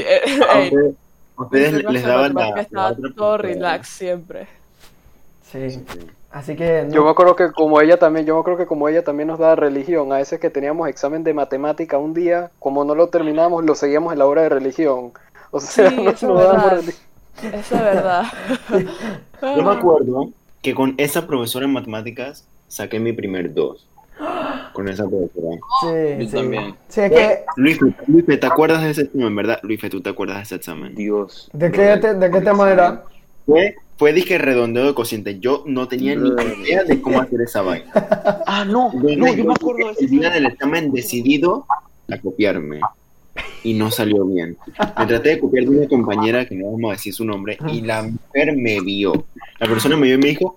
[SPEAKER 4] Ustedes les daban
[SPEAKER 7] Estaba todo relax siempre.
[SPEAKER 2] Sí. Así que...
[SPEAKER 3] Yo me acuerdo que como ella también nos daba religión, a veces que teníamos examen de matemática un día, como no lo terminábamos, lo seguíamos en la hora de religión. O sea,
[SPEAKER 7] Sí,
[SPEAKER 3] no
[SPEAKER 7] eso
[SPEAKER 3] nos
[SPEAKER 7] es
[SPEAKER 3] dábamos
[SPEAKER 7] verdad.
[SPEAKER 3] religión.
[SPEAKER 7] Eso es verdad.
[SPEAKER 4] Yo me acuerdo que con esa profesora en matemáticas saqué mi primer 2. Con esa profesora.
[SPEAKER 2] Sí,
[SPEAKER 1] Yo también.
[SPEAKER 2] Sí, es que...
[SPEAKER 4] Luis, ¿te acuerdas de ese examen, verdad? Luis, ¿tú te acuerdas de ese examen?
[SPEAKER 1] Dios.
[SPEAKER 2] ¿De qué tema era?
[SPEAKER 4] Fue dije redondeo de cociente. Yo no tenía ni idea de cómo hacer esa vaina.
[SPEAKER 1] No, yo me acuerdo de
[SPEAKER 4] El día del examen decidido a copiarme. Y no salió bien. Me traté de copiar de una compañera que no vamos a decir su nombre. Y la mujer me vio. La persona me vio y me dijo: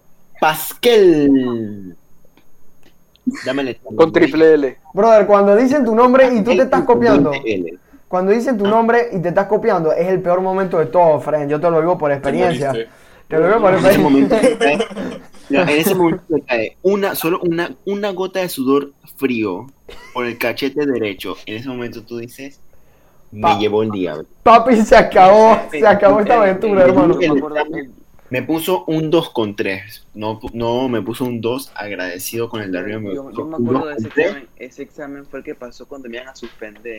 [SPEAKER 4] Pascal. Dame el examen.
[SPEAKER 3] Con triple L.
[SPEAKER 2] Brother, cuando dicen tu nombre y tú te estás copiando...
[SPEAKER 4] L.
[SPEAKER 2] Cuando dicen tu nombre y te estás copiando, es el peor momento de todo, Fren. Yo te lo digo por experiencia. Te lo digo por
[SPEAKER 4] En ese momento
[SPEAKER 2] experiencia.
[SPEAKER 4] en ese momento me cae solo una gota de sudor frío por el cachete derecho. En ese momento tú dices: me llevó el diablo.
[SPEAKER 2] Papi, se acabó esta aventura, hermano.
[SPEAKER 4] Me puso un 2,3. No, me puso un 2 agradecido con el de arriba.
[SPEAKER 1] Yo me acuerdo de ese examen. Ese examen fue el que pasó cuando me iban a suspender.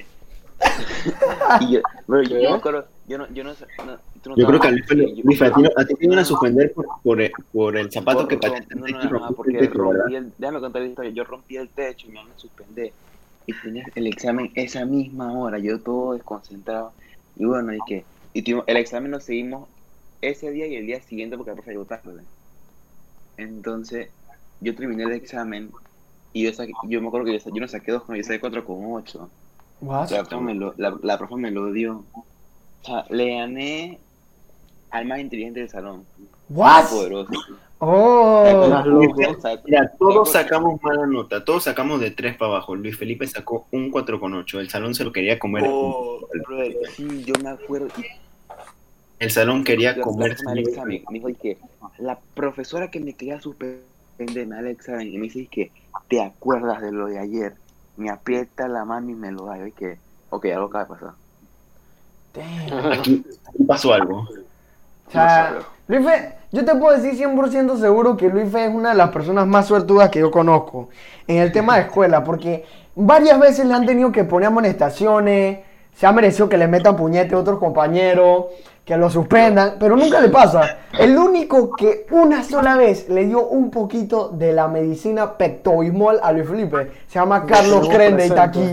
[SPEAKER 1] Y yo me acuerdo, yo
[SPEAKER 4] creo que a ti te iban a suspender por el zapato que
[SPEAKER 1] patentaste. No, porque déjame contar la historia. Yo rompí el techo y me iban a suspender. Y tenía el examen esa misma hora, yo todo desconcentrado. Y bueno, el examen lo seguimos ese día y el día siguiente porque la profe llegó tarde. Entonces, yo terminé el examen y yo me acuerdo que yo no saqué 2, yo saqué 4,8.
[SPEAKER 2] What?
[SPEAKER 1] La profe me lo dio. O sea, le gané al más inteligente del salón.
[SPEAKER 2] What?
[SPEAKER 1] Poderoso.
[SPEAKER 2] Oh,
[SPEAKER 4] Mira, todos sacamos mala nota, todos sacamos de 3 para abajo. Luis Felipe sacó un 4,8. El salón se lo quería comer.
[SPEAKER 1] Sí, yo me acuerdo.
[SPEAKER 4] El salón quería comer
[SPEAKER 1] el examen. Me dijo que la profesora que me quería suspender me da el examen y me dice que te acuerdas de lo de ayer. Me aprieta la mano y me lo da. Y que, ok, algo acaba de pasar.
[SPEAKER 4] Aquí pasó algo.
[SPEAKER 2] O sea, Luis Fe, yo te puedo decir 100% seguro que Luis Fe es una de las personas más suertudas que yo conozco en el tema de escuela, porque varias veces le han tenido que poner amonestaciones, se ha merecido que le metan puñete a otros compañeros, que lo suspendan, pero nunca le pasa. El único que una sola vez le dio un poquito de la medicina Pepto-Bismol a Luis Felipe se llama Carlos Crende y está aquí.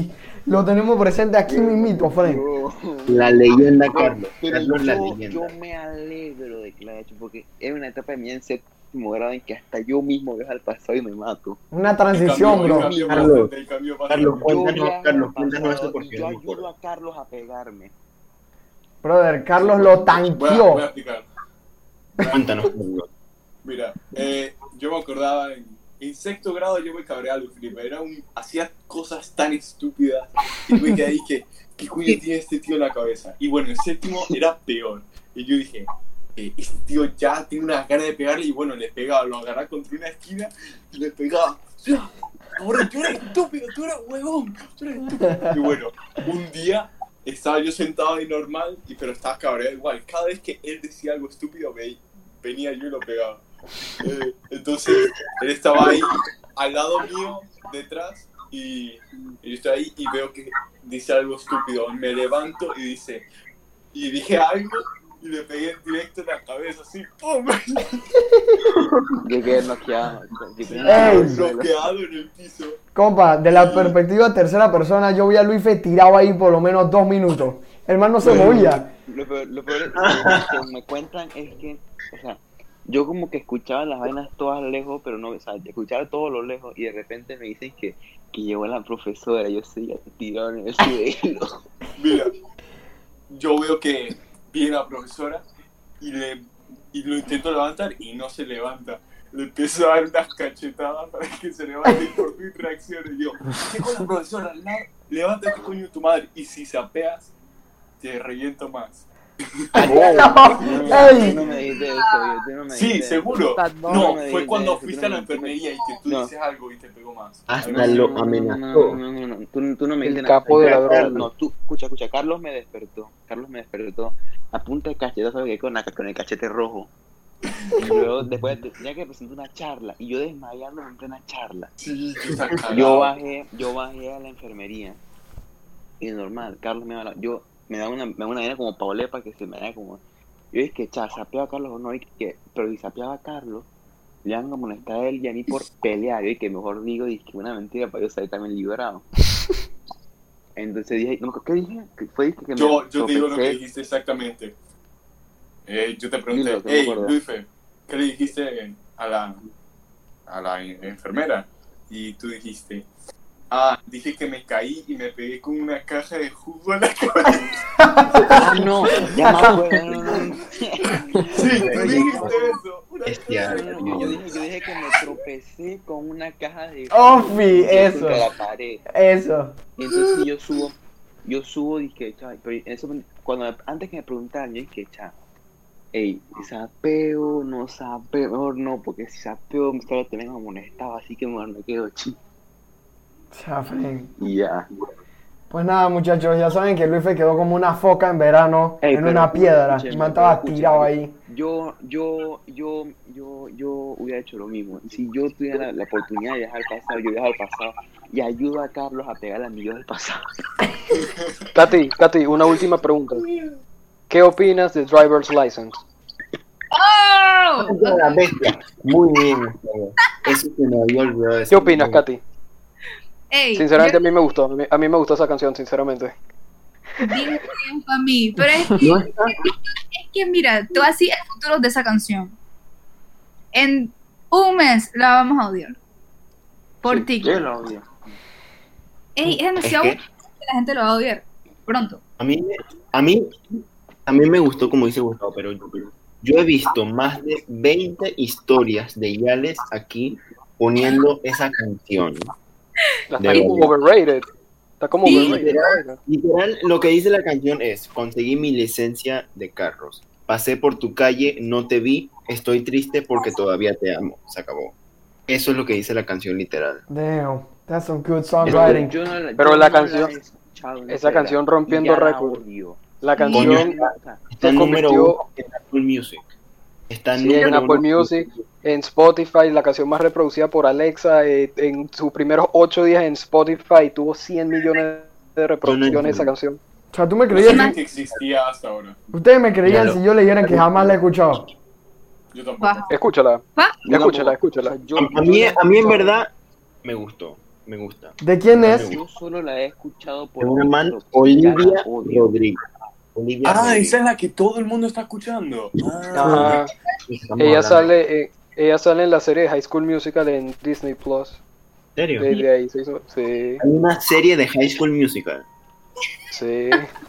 [SPEAKER 2] Lo tenemos presente aquí mismito, Frank.
[SPEAKER 4] La leyenda, Carlos.
[SPEAKER 1] Pero
[SPEAKER 4] Carlos, la
[SPEAKER 1] yo
[SPEAKER 4] leyenda.
[SPEAKER 1] me alegro de que lo haya hecho, porque es una etapa de mi en séptimo grado en que hasta yo mismo veo al pasado y me mato.
[SPEAKER 2] Una transición, bro.
[SPEAKER 4] Carlos,
[SPEAKER 1] Yo
[SPEAKER 4] cuéntanos esto
[SPEAKER 1] y
[SPEAKER 4] porque
[SPEAKER 1] yo
[SPEAKER 4] no me
[SPEAKER 1] ayudo
[SPEAKER 4] acuerdo.
[SPEAKER 1] a Carlos a pegarme.
[SPEAKER 2] Brother, Carlos lo
[SPEAKER 5] Voy
[SPEAKER 2] tanqueó.
[SPEAKER 5] a explicar.
[SPEAKER 4] Cuéntanos, Carlos.
[SPEAKER 5] Mira, yo me acordaba en sexto grado yo me cabreaba a Luis Felipe, hacía cosas tan estúpidas y me quedé ahí que, ¿qué coño tiene este tío en la cabeza? Y bueno, en séptimo era peor. Y yo dije, este tío ya tiene una ganas de pegarle y bueno, le pegaba, lo agarraba contra una esquina y le pegaba. ¡Ya! Ahora tú eres estúpido, tú eres huevón, tú eres estúpido. Y bueno, un día estaba yo sentado ahí normal, pero estaba cabreado igual. Cada vez que él decía algo estúpido, venía yo y lo pegaba. Entonces, él estaba ahí al lado mío, detrás, y yo estoy ahí y veo que dice algo estúpido. Me levanto y dije algo y le pegué directo en la cabeza, así, ¡pum!
[SPEAKER 1] Yo quedé noqueado.
[SPEAKER 5] Bloqueado en el piso.
[SPEAKER 2] Compa, de la perspectiva de tercera persona, yo vi a Luife tirado ahí por lo menos 2 minutos. El man no se movía.
[SPEAKER 1] Lo peor que me cuentan es que, o sea, yo como que escuchaba las vainas todas lejos, pero no, o sea, escuchaba todo lo lejos y de repente me dicen que llegó la profesora, yo sé, ya te tiraron en el suelo.
[SPEAKER 5] Mira, yo veo que viene la profesora y lo intento levantar y no se levanta. Le empiezo a dar unas cachetadas para que se levante y por fin reaccione. Y yo, ¿qué con la profesora? Levántate, coño, tu madre. Y si sapeas, te reviento más.
[SPEAKER 1] No me dijiste eso, tú no me
[SPEAKER 5] Sí,
[SPEAKER 1] dijiste
[SPEAKER 5] seguro.
[SPEAKER 7] eso.
[SPEAKER 5] No,
[SPEAKER 1] me
[SPEAKER 5] fue
[SPEAKER 1] dijiste
[SPEAKER 5] cuando
[SPEAKER 1] eso,
[SPEAKER 5] fuiste
[SPEAKER 1] tú
[SPEAKER 5] a
[SPEAKER 1] no
[SPEAKER 5] la
[SPEAKER 1] me-
[SPEAKER 5] enfermería y que tú
[SPEAKER 1] No.
[SPEAKER 5] dices algo y te pegó más.
[SPEAKER 4] Hasta lo amenazó.
[SPEAKER 1] No, tú no me
[SPEAKER 3] El
[SPEAKER 1] dijiste nada.
[SPEAKER 3] capo de la droga.
[SPEAKER 1] No, tú, escucha, Carlos me despertó a punta de cachetazo que con el cachete rojo. Y luego después tenía que presentar una charla y yo desmayándome en plena charla.
[SPEAKER 5] Sí, tú estás cagado.
[SPEAKER 1] Yo bajé a la enfermería y normal, Carlos me da una vaina como paulepa que se me da como. Yo dije que sapeaba a Carlos o no, pero si sapeaba a Carlos, le van a molestar a él y a mí por pelear. Y que mejor digo, dije que una mentira para yo salir también liberado. Entonces dije, ¿qué dije? Fue que
[SPEAKER 5] Yo te digo lo que
[SPEAKER 1] tropecé.
[SPEAKER 5] dijiste exactamente. Yo te pregunté,
[SPEAKER 1] Dilo, que no me
[SPEAKER 5] hey,
[SPEAKER 1] acuerdo.
[SPEAKER 5] Luife, ¿qué le dijiste a la enfermera? Y tú dijiste, dije que me caí y me pegué con una caja de jugo en la cabeza.
[SPEAKER 1] No, ya me acuerdo. No.
[SPEAKER 5] Sí, tú dijiste eso.
[SPEAKER 1] Yo dije que me tropecé con una caja de
[SPEAKER 2] Ofi, eso.
[SPEAKER 1] contra la pared.
[SPEAKER 2] Eso.
[SPEAKER 1] Entonces yo subo y dije, chaval, pero eso antes que me preguntaran, yo dije, chaval, ey, sapeo, no sapeo, mejor no, porque si sapeo solo te vengo amonestado, así que mejor me quedo chico.
[SPEAKER 2] Chafren.
[SPEAKER 1] Y ya.
[SPEAKER 2] Pues nada, muchachos, ya saben que Luife quedó como una foca en verano
[SPEAKER 1] Ey,
[SPEAKER 2] en
[SPEAKER 1] pero
[SPEAKER 2] una piedra.
[SPEAKER 1] escúchame,
[SPEAKER 2] El man estaba
[SPEAKER 1] pero
[SPEAKER 2] tirado
[SPEAKER 1] escúchame.
[SPEAKER 2] ahí.
[SPEAKER 1] Yo hubiera hecho lo mismo. Si yo tuviera la oportunidad de viajar al pasado, yo viajo al pasado y ayudo a Carlos a pegarle a mi yo del pasado.
[SPEAKER 3] Katy, una última pregunta. ¿Qué opinas de Driver's License?
[SPEAKER 6] ¡Oh!
[SPEAKER 4] La bestia. Muy bien. Eso se me había olvidado de
[SPEAKER 3] ¿Qué opinas, Katy?
[SPEAKER 6] Ey,
[SPEAKER 3] Sinceramente, a mí me gustó. A mí me gustó esa canción, sinceramente.
[SPEAKER 6] dime tiempo a mí, pero es que mira, tú así el futuro de esa canción. En un mes la vamos a odiar. Por
[SPEAKER 1] Sí,
[SPEAKER 6] TikTok.
[SPEAKER 1] yo lo odio.
[SPEAKER 6] Ey, es demasiado
[SPEAKER 4] Es que-
[SPEAKER 6] bueno que la gente lo va a odiar. Pronto.
[SPEAKER 4] A mí me gustó como dice Gustavo, pero yo he visto más de 20 historias de Yales aquí poniendo esa canción.
[SPEAKER 3] Está
[SPEAKER 4] De
[SPEAKER 3] como
[SPEAKER 4] verdad.
[SPEAKER 3] overrated. Está como
[SPEAKER 6] Sí.
[SPEAKER 3] overrated.
[SPEAKER 4] Literal, lo que dice la canción es, conseguí mi licencia de carros, pasé por tu calle, no te vi, estoy triste porque todavía te amo, se acabó. Eso es lo que dice la canción literal.
[SPEAKER 2] Damn, that's some good songwriting.
[SPEAKER 3] Pero la
[SPEAKER 1] he
[SPEAKER 3] canción-
[SPEAKER 1] escuchado
[SPEAKER 3] esa
[SPEAKER 1] entera,
[SPEAKER 3] canción rompiendo
[SPEAKER 1] y ya la
[SPEAKER 3] récord.
[SPEAKER 1] odio.
[SPEAKER 3] La
[SPEAKER 4] Coño,
[SPEAKER 3] canción
[SPEAKER 4] está
[SPEAKER 3] se
[SPEAKER 4] número
[SPEAKER 3] convirtió-
[SPEAKER 4] 1 en Apple Music. Está
[SPEAKER 3] sí,
[SPEAKER 4] número
[SPEAKER 3] en Apple
[SPEAKER 4] 1
[SPEAKER 3] Music, en Spotify, la canción más reproducida por Alexa, en sus primeros 8 días en Spotify tuvo 100 millones de reproducciones esa canción.
[SPEAKER 2] O sea, tú me
[SPEAKER 5] No
[SPEAKER 2] creías,
[SPEAKER 5] sabía que existía hasta ahora.
[SPEAKER 2] ustedes me creían
[SPEAKER 4] Claro.
[SPEAKER 2] si yo leyera que jamás la he escuchado.
[SPEAKER 5] Yo tampoco.
[SPEAKER 6] Bajo.
[SPEAKER 3] Escúchala,
[SPEAKER 6] ¿Va?
[SPEAKER 1] Yo
[SPEAKER 3] escúchala,
[SPEAKER 1] tampoco.
[SPEAKER 3] escúchala.
[SPEAKER 1] O sea, yo
[SPEAKER 4] A mí en verdad me gustó. Me gusta.
[SPEAKER 2] ¿De quién es?
[SPEAKER 1] Yo solo la he escuchado por
[SPEAKER 4] Es una man,
[SPEAKER 1] TikTok,
[SPEAKER 4] Olivia
[SPEAKER 1] ya la odio.
[SPEAKER 4] Rodrigo. Olivia
[SPEAKER 5] Ah,
[SPEAKER 4] Rodrigo.
[SPEAKER 5] esa es la que todo el mundo está escuchando.
[SPEAKER 3] Ajá.
[SPEAKER 4] Estamos
[SPEAKER 3] Ella
[SPEAKER 4] hablando.
[SPEAKER 3] ella sale en la serie de High School Musical en Disney Plus.
[SPEAKER 4] ¿En serio?
[SPEAKER 3] De ahí se hizo. Sí,
[SPEAKER 4] Hay una serie de High School Musical.
[SPEAKER 3] sí.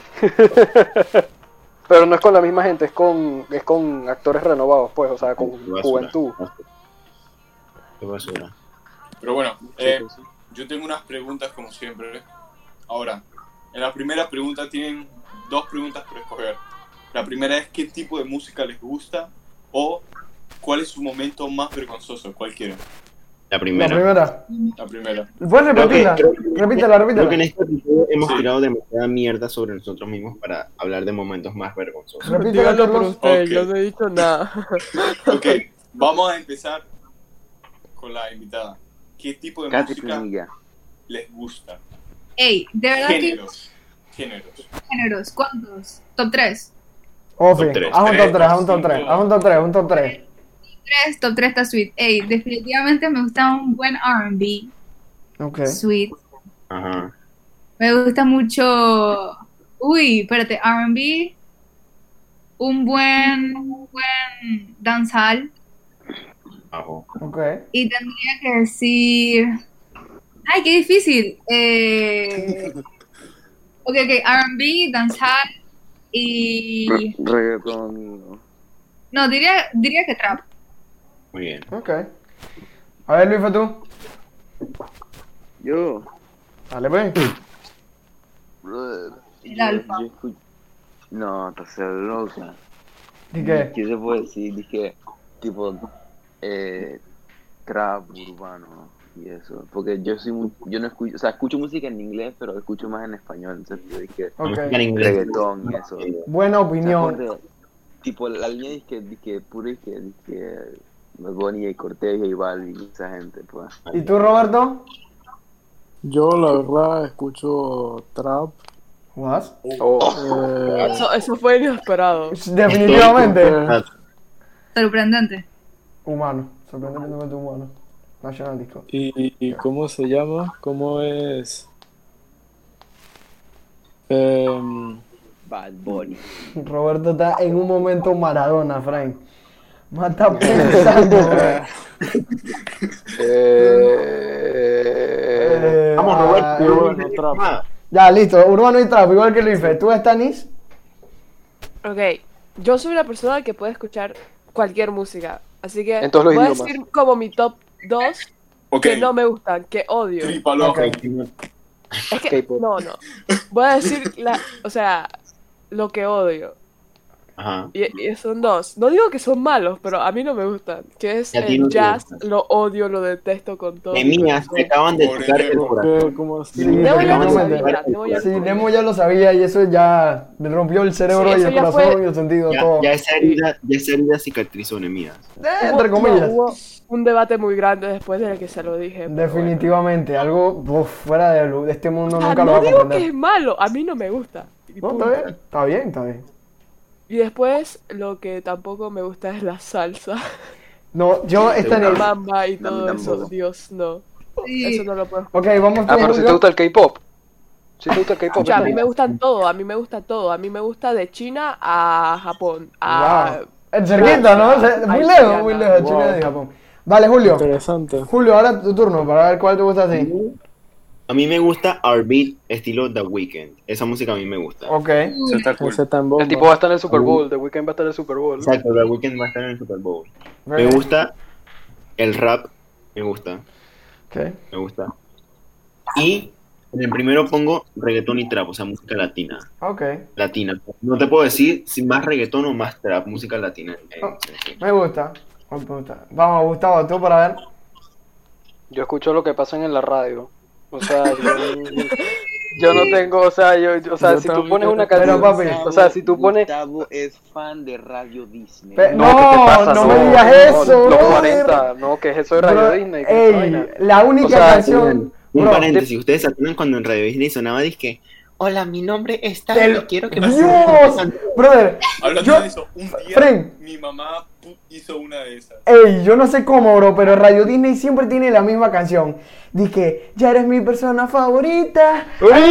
[SPEAKER 3] Pero no es con la misma gente, es con actores renovados, pues, o sea, con
[SPEAKER 4] Qué basura.
[SPEAKER 3] juventud.
[SPEAKER 4] Qué basura.
[SPEAKER 5] Pero bueno,
[SPEAKER 3] Sí, sí.
[SPEAKER 5] yo tengo unas preguntas como siempre. Ahora, en la primera pregunta tienen 2 preguntas por escoger. La primera es ¿qué tipo de música les gusta? O ¿cuál es su momento más vergonzoso? Cualquiera.
[SPEAKER 4] La
[SPEAKER 2] La
[SPEAKER 4] primera.
[SPEAKER 2] primera.
[SPEAKER 5] La primera.
[SPEAKER 2] ¿Puedes repetirla?
[SPEAKER 4] Creo que
[SPEAKER 2] Repítela.
[SPEAKER 4] Creo que en este episodio hemos
[SPEAKER 5] Sí.
[SPEAKER 4] tirado demasiada mierda sobre nosotros mismos para hablar de momentos más vergonzosos.
[SPEAKER 2] Repítela,
[SPEAKER 7] Díganlo por
[SPEAKER 2] Carlos.
[SPEAKER 7] ustedes,
[SPEAKER 5] Ok.
[SPEAKER 7] yo no he dicho nada.
[SPEAKER 5] Ok, vamos a empezar con la invitada. ¿Qué tipo de
[SPEAKER 1] Katy
[SPEAKER 5] música
[SPEAKER 1] Pinilla.
[SPEAKER 5] les gusta?
[SPEAKER 6] Ey, de verdad que
[SPEAKER 5] Géneros.
[SPEAKER 6] géneros, ¿cuántos? Top 3.
[SPEAKER 2] Ofi,
[SPEAKER 4] Top tres.
[SPEAKER 2] haz un top 3, haz un top
[SPEAKER 5] Cinco.
[SPEAKER 2] 3, haz un top 3, un top 3.
[SPEAKER 6] Top 3 está sweet. Ey, definitivamente me gusta un buen R&B.
[SPEAKER 2] Ok.
[SPEAKER 6] Sweet.
[SPEAKER 4] Ajá.
[SPEAKER 6] Me gusta mucho. Uy, espérate, R&B. Un buen dancehall.
[SPEAKER 4] Ajo.
[SPEAKER 2] Ok.
[SPEAKER 6] Y tendría que decir. Ay, qué difícil. Ok, R&B, dancehall y.
[SPEAKER 1] Reggaetón.
[SPEAKER 6] No, diría que trap.
[SPEAKER 4] Muy bien.
[SPEAKER 2] Ok. A ver, Luis, tú.
[SPEAKER 1] Yo,
[SPEAKER 2] Dale, pues.
[SPEAKER 1] brother.
[SPEAKER 6] El alfa.
[SPEAKER 1] Yo escucho. No, estás loca.
[SPEAKER 2] ¿Y qué?
[SPEAKER 1] ¿Qué se puede decir? Dije, tipo, trap urbano y eso. Porque yo no escucho, o sea, escucho música en inglés, pero escucho más en español. Entonces yo dije,
[SPEAKER 2] Ok.
[SPEAKER 4] En inglés.
[SPEAKER 1] reggaetón y eso.
[SPEAKER 2] Buena
[SPEAKER 1] O sea,
[SPEAKER 2] opinión.
[SPEAKER 1] ponte, tipo, la línea dije, puro dije, Bonnie y Cortés y Balvin y esa gente, pues.
[SPEAKER 2] ¿Y tú, Roberto?
[SPEAKER 8] Yo la verdad escucho trap.
[SPEAKER 2] ¿What?
[SPEAKER 3] Oh,
[SPEAKER 7] Eso fue inesperado.
[SPEAKER 2] Definitivamente.
[SPEAKER 8] Porque-
[SPEAKER 6] Sorprendente.
[SPEAKER 2] Humano. Sorprendentemente humano. National Disco.
[SPEAKER 8] ¿Y cómo se llama? ¿Cómo es?
[SPEAKER 1] Bad Bunny.
[SPEAKER 2] Roberto está en un momento Maradona, Frank. Más está pensando.
[SPEAKER 4] Vamos,
[SPEAKER 2] Ah,
[SPEAKER 4] Roberto.
[SPEAKER 8] bueno, trap.
[SPEAKER 4] Ah,
[SPEAKER 2] Ya, listo. Urbano y trap, igual que Luis. ¿Tú, Stanis?
[SPEAKER 7] Ok, yo soy una persona que puede escuchar cualquier música. Así que
[SPEAKER 3] En todos los
[SPEAKER 7] voy a
[SPEAKER 3] idiomas.
[SPEAKER 7] decir como mi top 2
[SPEAKER 5] Ok,
[SPEAKER 7] que no me gustan, que odio.
[SPEAKER 5] Tripalo.
[SPEAKER 2] Ok.
[SPEAKER 7] Es que,
[SPEAKER 3] K-pop.
[SPEAKER 7] no. Voy a decir, o sea, lo que odio.
[SPEAKER 4] Ajá.
[SPEAKER 7] Y son 2. No digo que son malos, pero a mí no me gustan. Que es
[SPEAKER 4] ¿Y a ti
[SPEAKER 7] el
[SPEAKER 4] no te
[SPEAKER 7] jazz,
[SPEAKER 4] gustan?
[SPEAKER 7] lo odio, lo detesto con todo.
[SPEAKER 4] De
[SPEAKER 7] mi
[SPEAKER 4] mías,
[SPEAKER 7] corazón.
[SPEAKER 4] te acaban de
[SPEAKER 5] Por
[SPEAKER 4] tocar el
[SPEAKER 5] ejemplo.
[SPEAKER 4] corazón.
[SPEAKER 8] ¿Cómo así?
[SPEAKER 2] Sí,
[SPEAKER 7] Nemo ya lo
[SPEAKER 2] definitivamente.
[SPEAKER 7] sabía, Nemo ya lo
[SPEAKER 2] Sí,
[SPEAKER 7] sabía.
[SPEAKER 2] Nemo ya lo sabía y eso ya le rompió el cerebro
[SPEAKER 7] Sí,
[SPEAKER 2] y
[SPEAKER 7] eso
[SPEAKER 2] el
[SPEAKER 7] ya
[SPEAKER 2] corazón
[SPEAKER 7] fue-
[SPEAKER 2] y el sentido,
[SPEAKER 4] Ya,
[SPEAKER 2] todo.
[SPEAKER 4] ya esa herida cicatrizó, Nemías.
[SPEAKER 2] Entre comillas.
[SPEAKER 7] Hubo un debate muy grande después de que se lo dije. pero
[SPEAKER 2] Definitivamente, algo fuera de este mundo
[SPEAKER 7] bueno.
[SPEAKER 2] nunca lo
[SPEAKER 7] No
[SPEAKER 2] va a
[SPEAKER 7] digo que
[SPEAKER 2] comprender.
[SPEAKER 7] es malo, a mí no me gusta. Y
[SPEAKER 2] No,
[SPEAKER 7] punto.
[SPEAKER 2] está bien, está bien, está bien.
[SPEAKER 7] Y después, lo que tampoco me gusta es la salsa,
[SPEAKER 2] No, yo esta
[SPEAKER 7] la
[SPEAKER 2] en
[SPEAKER 7] bamba y
[SPEAKER 1] A mí
[SPEAKER 7] todo eso.
[SPEAKER 1] tampoco.
[SPEAKER 7] Dios, no.
[SPEAKER 6] Sí.
[SPEAKER 7] Eso no lo puedo.
[SPEAKER 2] Ok, vamos
[SPEAKER 3] Ah, pero si te
[SPEAKER 2] Julio.
[SPEAKER 3] gusta el K-pop. Si te gusta el K-pop.
[SPEAKER 7] Escucha, a mí
[SPEAKER 3] está
[SPEAKER 7] me gustan todo, a mí me gusta todo. A mí me gusta de China a Japón.
[SPEAKER 2] Wow. En cerquita, ¿no? Muy lejos, muy lejos,
[SPEAKER 8] Wow.
[SPEAKER 2] China y Japón. Vale, Julio.
[SPEAKER 8] Interesante.
[SPEAKER 2] Julio, ahora tu turno para ver cuál te gusta a ti.
[SPEAKER 4] A mí me gusta R&B estilo The Weeknd. Esa música a mí me gusta.
[SPEAKER 2] Ok.
[SPEAKER 5] Eso está cool.
[SPEAKER 8] Ese está en bomba.
[SPEAKER 3] El tipo va a estar en el Super Bowl. The Weeknd va a estar en el Super Bowl.
[SPEAKER 4] Exacto, The Weeknd va a estar en el Super Bowl. Me
[SPEAKER 2] Very-
[SPEAKER 4] gusta el rap. Me gusta.
[SPEAKER 2] Ok.
[SPEAKER 4] Me gusta. Y en el primero pongo reggaetón y trap, o sea, música latina.
[SPEAKER 2] Ok.
[SPEAKER 4] Latina. No te puedo decir si más reggaetón o más trap, música latina.
[SPEAKER 2] Oh. Me gusta. Me gusta. Vamos, Gustavo, tú para ver.
[SPEAKER 3] Yo escucho lo que pasa en la radio. O sea, yo no tengo, o sea,
[SPEAKER 8] Yo
[SPEAKER 3] si tú
[SPEAKER 8] también.
[SPEAKER 3] pones una
[SPEAKER 2] Pero,
[SPEAKER 3] canción,
[SPEAKER 2] papi.
[SPEAKER 3] o sea, si tú pones
[SPEAKER 1] Gustavo es fan de Radio Disney.
[SPEAKER 2] No,
[SPEAKER 3] ¿qué te pasa?
[SPEAKER 2] no me digas eso,
[SPEAKER 3] los
[SPEAKER 2] brother.
[SPEAKER 3] 40, no, que es eso de Radio
[SPEAKER 2] Bro,
[SPEAKER 3] Disney, ¿qué
[SPEAKER 2] ey,
[SPEAKER 3] vaina?
[SPEAKER 2] la única
[SPEAKER 3] O sea,
[SPEAKER 2] canción.
[SPEAKER 4] Un
[SPEAKER 2] Bro,
[SPEAKER 4] paréntesis, ustedes se acuerdan cuando en Radio Disney sonaba disque, hola, mi nombre es
[SPEAKER 2] Del-
[SPEAKER 4] tal y quiero que me
[SPEAKER 2] Dios, brother.
[SPEAKER 5] Hablando
[SPEAKER 2] Yo-
[SPEAKER 5] de eso, un día
[SPEAKER 2] Fren.
[SPEAKER 5] mi mamá hizo una de esas.
[SPEAKER 2] Ey, yo no sé cómo, bro, pero Radio Disney siempre tiene la misma canción. Dije, ya eres mi persona favorita.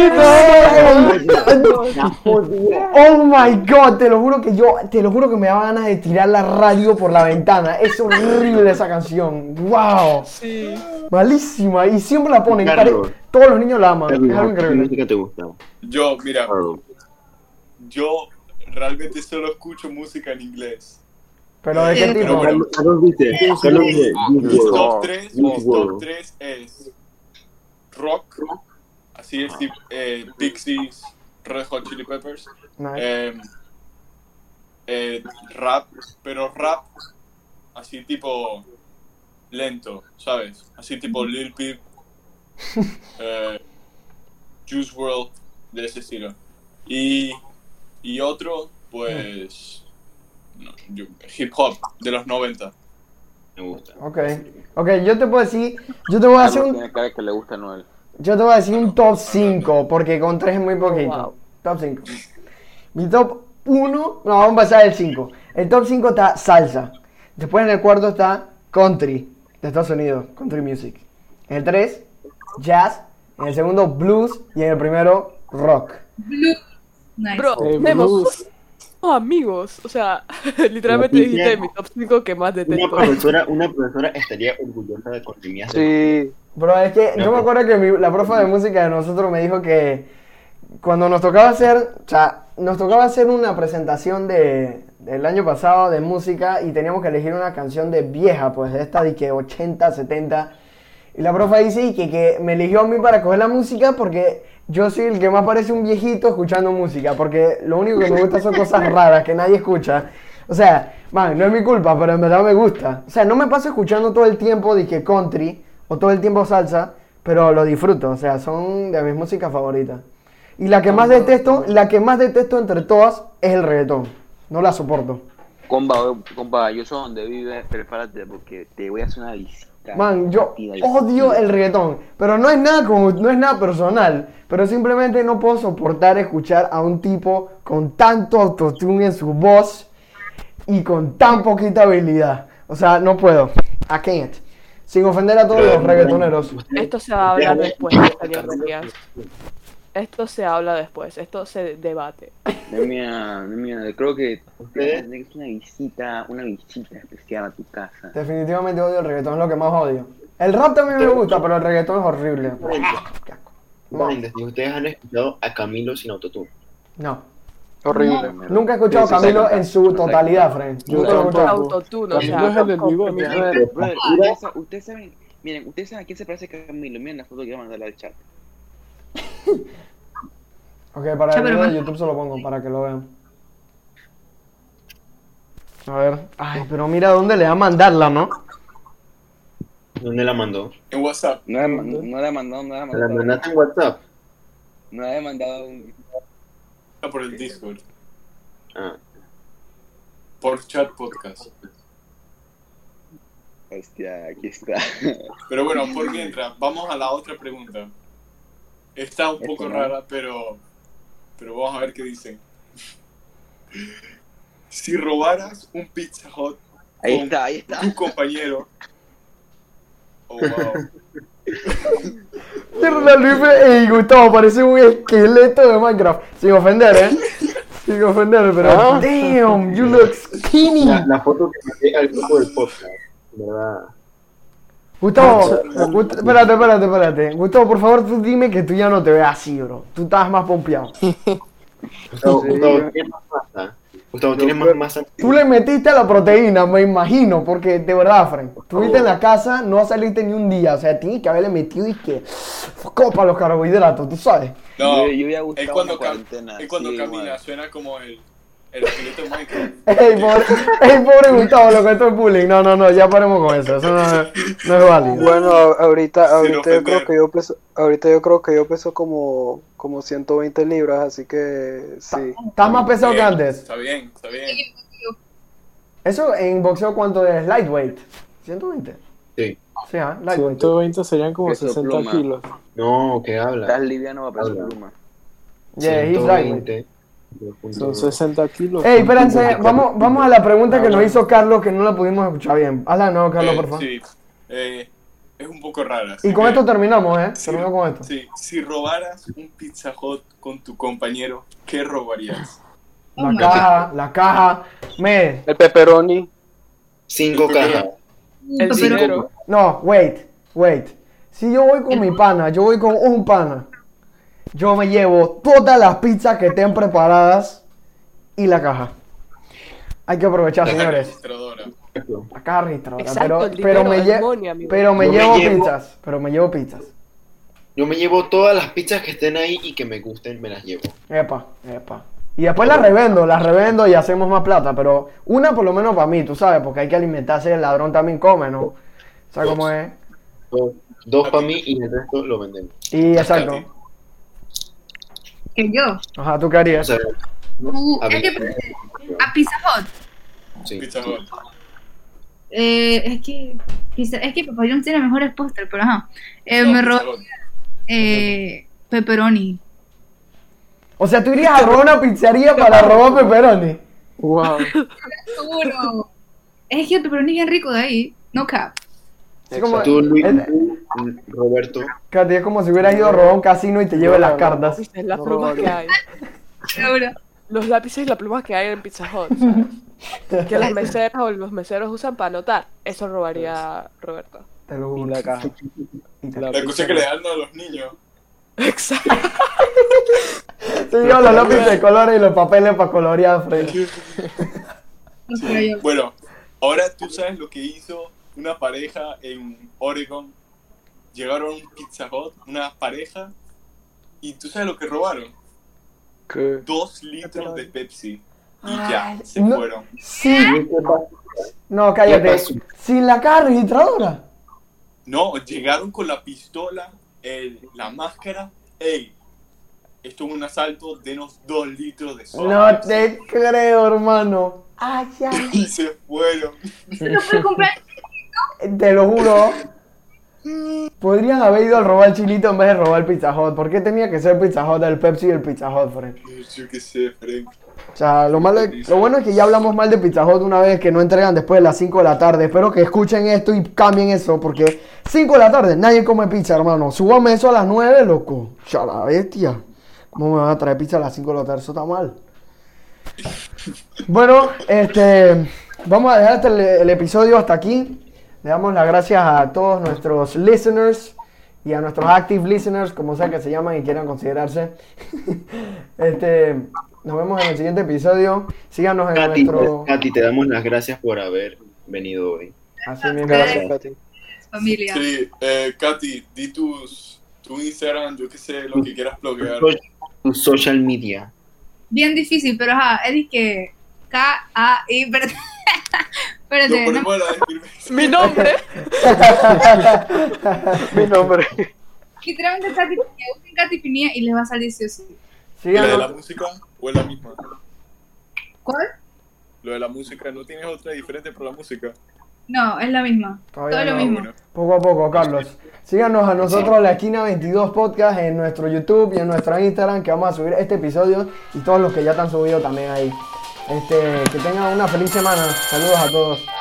[SPEAKER 2] Oh my God, te lo juro que me daba ganas de tirar la radio por la ventana. Es horrible esa canción. Wow.
[SPEAKER 7] Sí.
[SPEAKER 2] Malísima. Y siempre la ponen.
[SPEAKER 4] Carlos.
[SPEAKER 2] Todos los niños la aman.
[SPEAKER 4] Carlos,
[SPEAKER 2] Es algo
[SPEAKER 4] ¿qué
[SPEAKER 2] increíble.
[SPEAKER 4] música te gusta?
[SPEAKER 5] Yo, mira,
[SPEAKER 4] Carlos.
[SPEAKER 5] yo realmente solo escucho música en inglés.
[SPEAKER 2] Pero ¿de qué
[SPEAKER 5] Pero
[SPEAKER 2] tipo?
[SPEAKER 5] bueno,
[SPEAKER 4] Carlos dice,
[SPEAKER 5] mis
[SPEAKER 4] World.
[SPEAKER 5] top 3, mis
[SPEAKER 4] World.
[SPEAKER 5] top 3 es rock, así es, tipo, Pixies, Red Hot Chili Peppers,
[SPEAKER 2] Nice.
[SPEAKER 5] rap, pero rap así tipo lento, ¿sabes? Así tipo Lil Peep, Juice WRLD, de ese estilo. Y otro, pues, no, hip hop de los 90.
[SPEAKER 4] Me gusta.
[SPEAKER 2] Ok, yo te puedo decir, yo te voy a hacer
[SPEAKER 1] Carlos
[SPEAKER 2] un,
[SPEAKER 1] tiene cara que le gusta a Noel.
[SPEAKER 2] yo te voy a decir un top 5, porque con 3 es muy poquito.
[SPEAKER 7] Wow.
[SPEAKER 2] Top 5. Mi top 1, no, vamos a pasar el 5. El top 5 está salsa. Después en el cuarto está country, de Estados Unidos, country music. En el 3, jazz. En el segundo, blues. Y en el primero, rock.
[SPEAKER 6] Nice.
[SPEAKER 7] Bro,
[SPEAKER 8] blues.
[SPEAKER 7] Memos, somos amigos. O sea, literalmente
[SPEAKER 4] La
[SPEAKER 7] dijiste mi top 5 que más detesto.
[SPEAKER 4] Una profesora estaría orgullosa de Cortimías.
[SPEAKER 3] Sí,
[SPEAKER 2] Bro, es que yo me acuerdo que la profe de música de nosotros me dijo que cuando nos tocaba hacer una presentación del año pasado de música y teníamos que elegir una canción de vieja, pues de esta de que 80, 70. Y la profe dice y que me eligió a mí para coger la música porque yo soy el que más parece un viejito escuchando música, porque lo único que me gusta son cosas raras que nadie escucha. O sea, man, no es mi culpa, pero en verdad me gusta. O sea, no me paso escuchando todo el tiempo de que country o todo el tiempo salsa, pero lo disfruto. O sea, son de mis músicas favoritas. Y la que más detesto entre todas es el reggaetón. No la soporto.
[SPEAKER 1] Compa, yo soy donde vive, prepárate porque te voy a hacer una visita.
[SPEAKER 2] Man, yo odio el reggaetón, pero no es nada personal, pero simplemente no puedo soportar escuchar a un tipo con tanto autotune en su voz y con tan poquita habilidad. O sea, no puedo. I can't. Sin ofender a todos los reggaetoneros.
[SPEAKER 7] Esto se va a hablar después de salir de días. Esto se habla después, esto se debate.
[SPEAKER 1] Mira, creo que ustedes tienen una visita especial a tu casa.
[SPEAKER 2] Definitivamente odio el reggaetón, es lo que más odio. El rap también me gusta, pero el reggaetón es horrible. Qué asco. No,
[SPEAKER 4] ¿Y ustedes han escuchado a Camilo sin autotune?
[SPEAKER 2] no.
[SPEAKER 3] horrible.
[SPEAKER 2] Nunca he escuchado a
[SPEAKER 1] Sí, sí,
[SPEAKER 2] Camilo
[SPEAKER 1] sí.
[SPEAKER 2] en su totalidad, Fren.
[SPEAKER 8] Yo
[SPEAKER 2] Nunca lo he
[SPEAKER 8] tampoco.
[SPEAKER 2] escuchado.
[SPEAKER 7] Autotune, o
[SPEAKER 8] Camilo
[SPEAKER 7] sea,
[SPEAKER 8] es el del bigote.
[SPEAKER 1] Brother, ustedes saben, miren, ustedes saben a quién se parece Camilo. Miren la foto que voy a mandarle al chat.
[SPEAKER 2] Ok, para
[SPEAKER 6] Ya,
[SPEAKER 2] el
[SPEAKER 6] pero
[SPEAKER 2] video de
[SPEAKER 6] más-
[SPEAKER 2] YouTube se lo pongo para que lo vean. A ver. Ay, pero mira dónde le va a mandarla, ¿no?
[SPEAKER 4] ¿Dónde la mandó?
[SPEAKER 5] En WhatsApp.
[SPEAKER 1] No la he mandado,
[SPEAKER 4] ¿La mandaste en WhatsApp?
[SPEAKER 1] no la he mandado un...
[SPEAKER 5] Por el Discord.
[SPEAKER 4] Ah.
[SPEAKER 5] Por chat podcast.
[SPEAKER 1] Hostia, aquí está.
[SPEAKER 5] Pero bueno, por mientras, vamos a la otra pregunta. Está un poco rara, pero vamos a ver qué dicen. Si robaras un Pizza Hut
[SPEAKER 1] Ahí
[SPEAKER 5] con
[SPEAKER 1] está.
[SPEAKER 5] tu compañero. Oh, wow.
[SPEAKER 2] Ey, Gustavo, parece un esqueleto de Minecraft. Sin ofender, Sin ofender, pero... Damn, you look skinny.
[SPEAKER 4] La foto que mandé al grupo del podcast, ¿verdad?
[SPEAKER 2] Gustavo, espérate. Gustavo, por favor, tú dime que tú ya no te ves así, bro. Tú estabas más pompeado.
[SPEAKER 4] Gustavo, ¿tienes más masa? Gustavo, ¿tienes más masa?
[SPEAKER 2] Tú le metiste a la proteína, me imagino, porque de verdad, Frank, estuviste en la casa, no saliste ni un día, o sea, tienes que haberle metido y que copa los carbohidratos, tú sabes.
[SPEAKER 5] No,
[SPEAKER 1] Yo había gustado
[SPEAKER 5] es cuando,
[SPEAKER 1] en cuarentena,
[SPEAKER 5] es cuando
[SPEAKER 1] sí,
[SPEAKER 5] camina,
[SPEAKER 1] igual.
[SPEAKER 5] suena como el esqueleto de Minecraft.
[SPEAKER 2] Ey, pobre Gustavo, lo que esto es bullying. No, ya paremos con eso, eso no es válido.
[SPEAKER 3] Bueno, ahorita
[SPEAKER 5] Sin
[SPEAKER 3] yo
[SPEAKER 5] ofender.
[SPEAKER 3] creo que yo peso como 120 libras, así que sí.
[SPEAKER 2] Estás más pesado que
[SPEAKER 5] Bien,
[SPEAKER 2] antes.
[SPEAKER 5] Está bien.
[SPEAKER 2] Eso en boxeo, ¿cuánto es? Lightweight. 120.
[SPEAKER 4] Sí.
[SPEAKER 2] Sí, lightweight.
[SPEAKER 8] 120 serían como
[SPEAKER 1] Peso
[SPEAKER 8] 60
[SPEAKER 1] pluma.
[SPEAKER 8] kilos.
[SPEAKER 4] No, ¿qué habla?
[SPEAKER 1] Estás liviano a peso
[SPEAKER 4] Habla.
[SPEAKER 1] pluma.
[SPEAKER 2] Yeah, he's lightweight.
[SPEAKER 4] 120.
[SPEAKER 8] Son 60 kilos.
[SPEAKER 2] Ey, espérense, vamos a la pregunta que nos hizo Carlos, que no la pudimos escuchar bien. Hazla de nuevo, Carlos, por favor.
[SPEAKER 5] Sí, es un poco rara.
[SPEAKER 2] Y con esto terminamos,
[SPEAKER 5] Sí,
[SPEAKER 2] terminamos con esto.
[SPEAKER 5] Sí, si robaras un Pizza Hut con tu compañero, ¿qué robarías?
[SPEAKER 2] La caja.
[SPEAKER 3] El pepperoni.
[SPEAKER 4] 5 cajas.
[SPEAKER 7] El dinero.
[SPEAKER 2] No, wait. Si yo voy con mi pana, yo voy con un pana, yo me llevo todas las pizzas que estén preparadas y la caja. Hay que aprovechar, señores.
[SPEAKER 5] Registradora.
[SPEAKER 2] La caja registradora.
[SPEAKER 7] Exacto, el
[SPEAKER 2] pero me
[SPEAKER 7] dinero, demonio, amigo.
[SPEAKER 2] Pero me llevo pizzas.
[SPEAKER 4] Yo me llevo todas las pizzas que estén ahí y que me gusten, me las llevo.
[SPEAKER 2] Epa. Y después las revendo y hacemos más plata, pero una por lo menos para mí, tú sabes, porque hay que alimentarse, el ladrón también come, ¿no? ¿Sabes cómo es?
[SPEAKER 4] Dos para mí y el resto lo vendemos.
[SPEAKER 2] Y exacto.
[SPEAKER 6] Que yo.
[SPEAKER 2] Ajá, ¿tú qué harías?
[SPEAKER 4] O sea,
[SPEAKER 6] Es que a Pizza Hut.
[SPEAKER 4] sí.
[SPEAKER 5] Pizza Hut.
[SPEAKER 6] Es que Papa John's tiene mejores póster, pero ajá. Me robó pepperoni.
[SPEAKER 2] O sea, ¿tú irías a robar una pizzería para robar pepperoni?
[SPEAKER 8] Wow.
[SPEAKER 6] Seguro. Es que el pepperoni es bien rico de ahí. No cap.
[SPEAKER 2] Es como,
[SPEAKER 4] Tú, Luis, Roberto.
[SPEAKER 2] Katy, es como si hubieras ido a robar un casino y te lleve las cartas.
[SPEAKER 7] Las plumas que hay.
[SPEAKER 6] Seguro.
[SPEAKER 7] Los lápices y las plumas que hay en Pizza Hut, ¿sabes? Que las meseras o los meseros usan para anotar. Eso robaría Roberto.
[SPEAKER 2] Te lo
[SPEAKER 8] Y
[SPEAKER 2] juro.
[SPEAKER 8] la caja.
[SPEAKER 5] La cosa que le dan a los niños.
[SPEAKER 7] Exacto.
[SPEAKER 2] Te llevo los lápices de colores y los papeles para colorear, Fred.
[SPEAKER 5] Bueno, ahora tú sabes lo que hizo una pareja en Oregon. Llegaron a un Pizza Hut, una pareja, y tú sabes lo que robaron.
[SPEAKER 3] ¿Qué?
[SPEAKER 5] 2 litros de Pepsi. Y ya, se
[SPEAKER 2] no.
[SPEAKER 5] fueron.
[SPEAKER 2] Sí. No, cállate. ¿Sin la caja registradora?
[SPEAKER 5] No, llegaron con la pistola, la máscara. Ey, esto es un asalto, denos 2 litros de soda.
[SPEAKER 2] No te creo, hermano. Ay, ay.
[SPEAKER 5] Y se fueron.
[SPEAKER 6] ¿No puedes comprar?
[SPEAKER 2] Te lo juro. Podrían haber ido a robar el chilito en vez de robar el Pizza Hut. ¿Por qué tenía que ser Pizza Hut el Pepsi y el Pizza Hut, Fred?
[SPEAKER 5] Yo qué sé, Frank.
[SPEAKER 2] O sea, lo bueno es que ya hablamos mal de Pizza Hut una vez, que no entregan después de las 5 de la tarde. Espero que escuchen esto y cambien eso, porque 5 de la tarde nadie come pizza, hermano. Súbame eso a las 9, loco. Ya la bestia. ¿Cómo me van a traer pizza a las 5 de la tarde? Eso está mal. Bueno, vamos a dejar el episodio hasta aquí. Le damos las gracias a todos nuestros listeners y a nuestros active listeners, como sea que se llaman y quieran considerarse. Nos vemos en el siguiente episodio. Síganos en nuestro...
[SPEAKER 4] Katy, te damos las gracias por haber venido hoy.
[SPEAKER 2] Así mismo.
[SPEAKER 3] Gracias, Katy.
[SPEAKER 6] Familia.
[SPEAKER 5] Sí, Katy, di tu Instagram, yo qué sé, lo que quieras bloquear.
[SPEAKER 4] Tu social media.
[SPEAKER 6] Bien difícil, pero ajá, es que K-A-I, espérate,
[SPEAKER 5] Lo ponemos en la descripción.
[SPEAKER 7] Mi nombre.
[SPEAKER 3] Mi nombre.
[SPEAKER 6] literalmente Katy Pinilla, busquen Katy Pinilla y les va a salir sí o sí.
[SPEAKER 5] ¿Lo de la
[SPEAKER 2] Síganos.
[SPEAKER 5] música o es la misma?
[SPEAKER 6] ¿Cuál?
[SPEAKER 5] Lo de la música, ¿no tienes otra diferente por la música?
[SPEAKER 6] No, es la misma.
[SPEAKER 2] Todavía
[SPEAKER 6] Todo es lo
[SPEAKER 2] no.
[SPEAKER 6] mismo.
[SPEAKER 5] Bueno.
[SPEAKER 2] Poco a poco, Carlos. Síganos a nosotros, La Esquina 22 Podcast, en nuestro YouTube y en nuestra Instagram, que vamos a subir este episodio y todos los que ya están subidos también ahí. Que tengan una feliz semana. Saludos a todos.